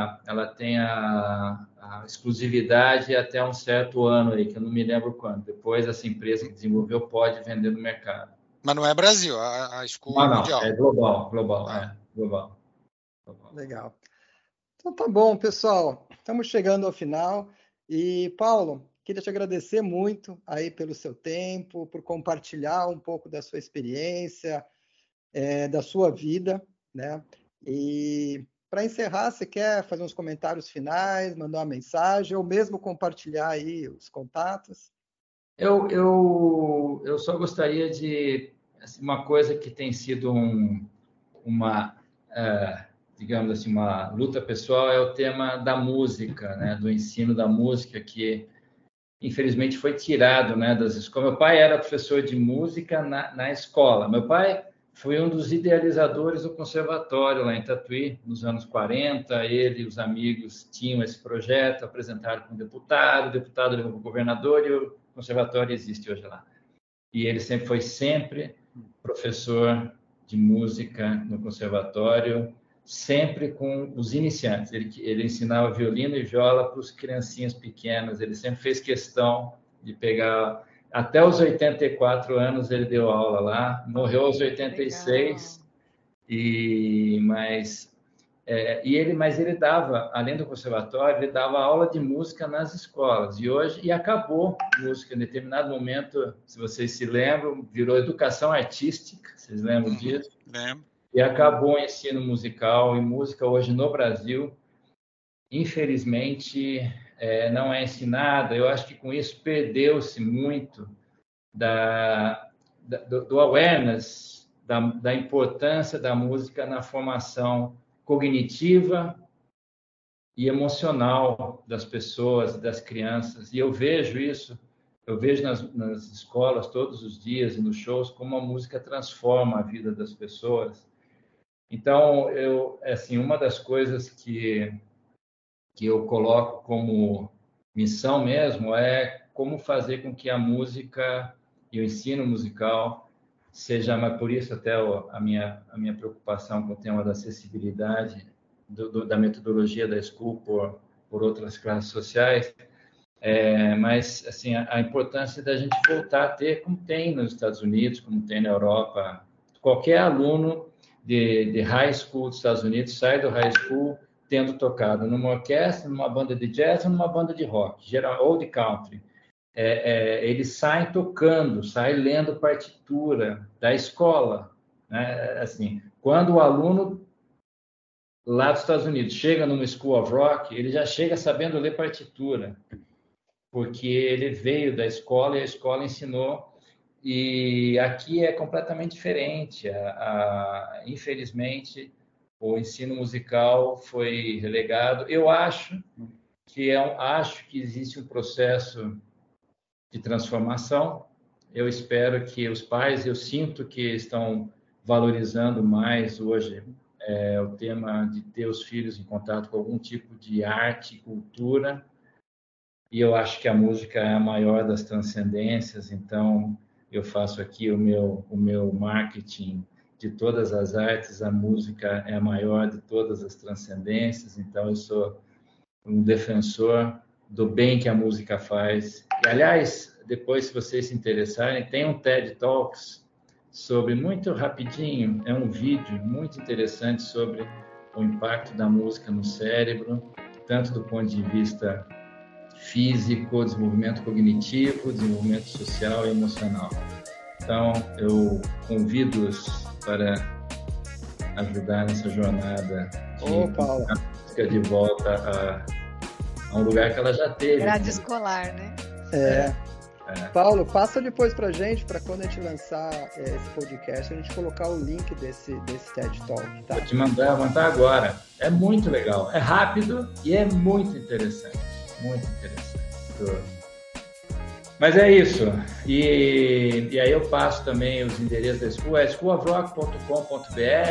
a exclusividade até um certo ano aí, que eu não me lembro quando. Depois essa empresa que desenvolveu pode vender no mercado. Mas não é Brasil, a School é mundial. É global, global. Legal. Então tá bom, pessoal. Estamos chegando ao final. E, Paulo, queria te agradecer muito aí pelo seu tempo, por compartilhar um pouco da sua experiência, da sua vida, né? E para encerrar, você quer fazer uns comentários finais, mandar uma mensagem, ou mesmo compartilhar aí os contatos? Eu só gostaria de... Assim, uma coisa que tem sido uma, digamos assim, uma luta pessoal é o tema da música, né? Do ensino da música, que infelizmente foi tirado, né, das escolas. Meu pai era professor de música na escola. Meu pai foi um dos idealizadores do conservatório lá em Tatuí, nos anos 40. Ele e os amigos tinham esse projeto, apresentaram para um deputado, o deputado levou para o governador e o conservatório existe hoje lá. E ele foi sempre professor de música no conservatório, sempre com os iniciantes. Ele ensinava violino e viola para os criancinhas pequenas. Ele sempre fez questão de pegar... Até os 84 anos ele deu aula lá. Morreu aos 86. Mas ele dava, além do conservatório, ele dava aula de música nas escolas. E acabou música. Em determinado momento, se vocês se lembram, virou educação artística. Vocês lembram disso? Lembro. E acabou o ensino musical, e música hoje no Brasil, infelizmente, não é ensinada. Eu acho que com isso perdeu-se muito do awareness, da importância da música na formação cognitiva e emocional das pessoas, das crianças. E eu vejo isso, nas escolas todos os dias e nos shows, como a música transforma a vida das pessoas. Então, uma das coisas que eu coloco como missão mesmo é como fazer com que a música e o ensino musical seja, mas por isso até a minha preocupação com o tema da acessibilidade, da metodologia da School por outras classes sociais, mas assim, a importância da gente voltar a ter, como tem nos Estados Unidos, como tem na Europa. Qualquer aluno de high school dos Estados Unidos sai do high school tendo tocado numa orquestra, numa banda de jazz ou numa banda de rock, ou de country. Eles saem tocando, saem lendo partitura da escola, né? Assim, quando o aluno lá dos Estados Unidos chega numa School of Rock, ele já chega sabendo ler partitura, porque ele veio da escola e a escola ensinou. E aqui é completamente diferente. Infelizmente, o ensino musical foi relegado. Eu acho que existe um processo de transformação. Eu espero que os pais, eu sinto que estão valorizando mais hoje o tema de ter os filhos em contato com algum tipo de arte, cultura. E eu acho que a música é a maior das transcendências, então eu faço aqui o meu marketing de todas as artes, a música é a maior de todas as transcendências, então eu sou um defensor do bem que a música faz. E, aliás, depois, se vocês se interessarem, tem um TED Talks sobre, muito rapidinho, é um vídeo muito interessante sobre o impacto da música no cérebro, tanto do ponto de vista físico, desenvolvimento cognitivo, desenvolvimento social e emocional. Então, eu convido-os para ajudar nessa jornada de volta a um lugar que ela já teve. Grade escolar, né? Paulo, passa depois pra gente, para quando a gente lançar esse podcast, a gente colocar o link desse TED Talk, tá? Vou te mandar agora. É muito legal, é rápido e é muito interessante. Muito interessante. Mas é isso. E aí eu passo também os endereços da School, é schoolofrock.com.br.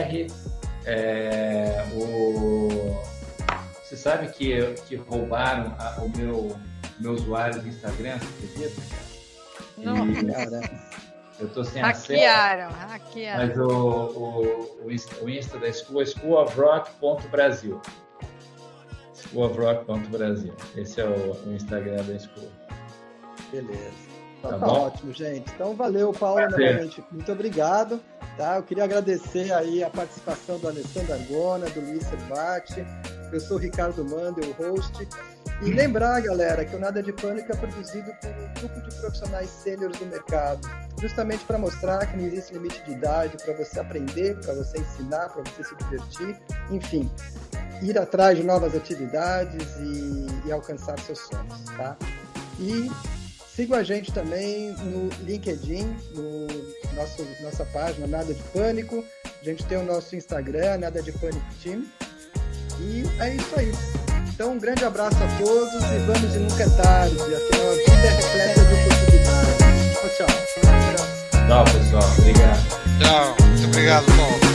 Você sabe que roubaram o meu usuário do Instagram, você acredita? Não. Eu estou sem hackearam. Mas o Insta da School é schoolofrock.brasil. schoolofrock.brasil. Esse é o Instagram da School. Beleza. Então, tá ótimo, gente. Então, valeu, Paulo, novamente. Muito obrigado. Tá? Eu queria agradecer aí a participação do Alessandro Argona, do Luiz Cerbati. Eu sou o Ricardo Manda, o host. E lembrar, galera, que o Nada de Pânico é produzido por um grupo de profissionais sêniores do mercado, justamente para mostrar que não existe limite de idade para você aprender, para você ensinar, para você se divertir, enfim, ir atrás de novas atividades e alcançar seus sonhos, tá? E sigam a gente também no LinkedIn, no nossa página Nada de Pânico. A gente tem o nosso Instagram, Nada de Pânico Team. E é isso aí. Então, um grande abraço a todos e vamos e nunca é tarde. Afinal, a vida é repleta de oportunidades. Tchau, tchau. Tchau, pessoal. Obrigado. Tchau. Muito obrigado, Paulo.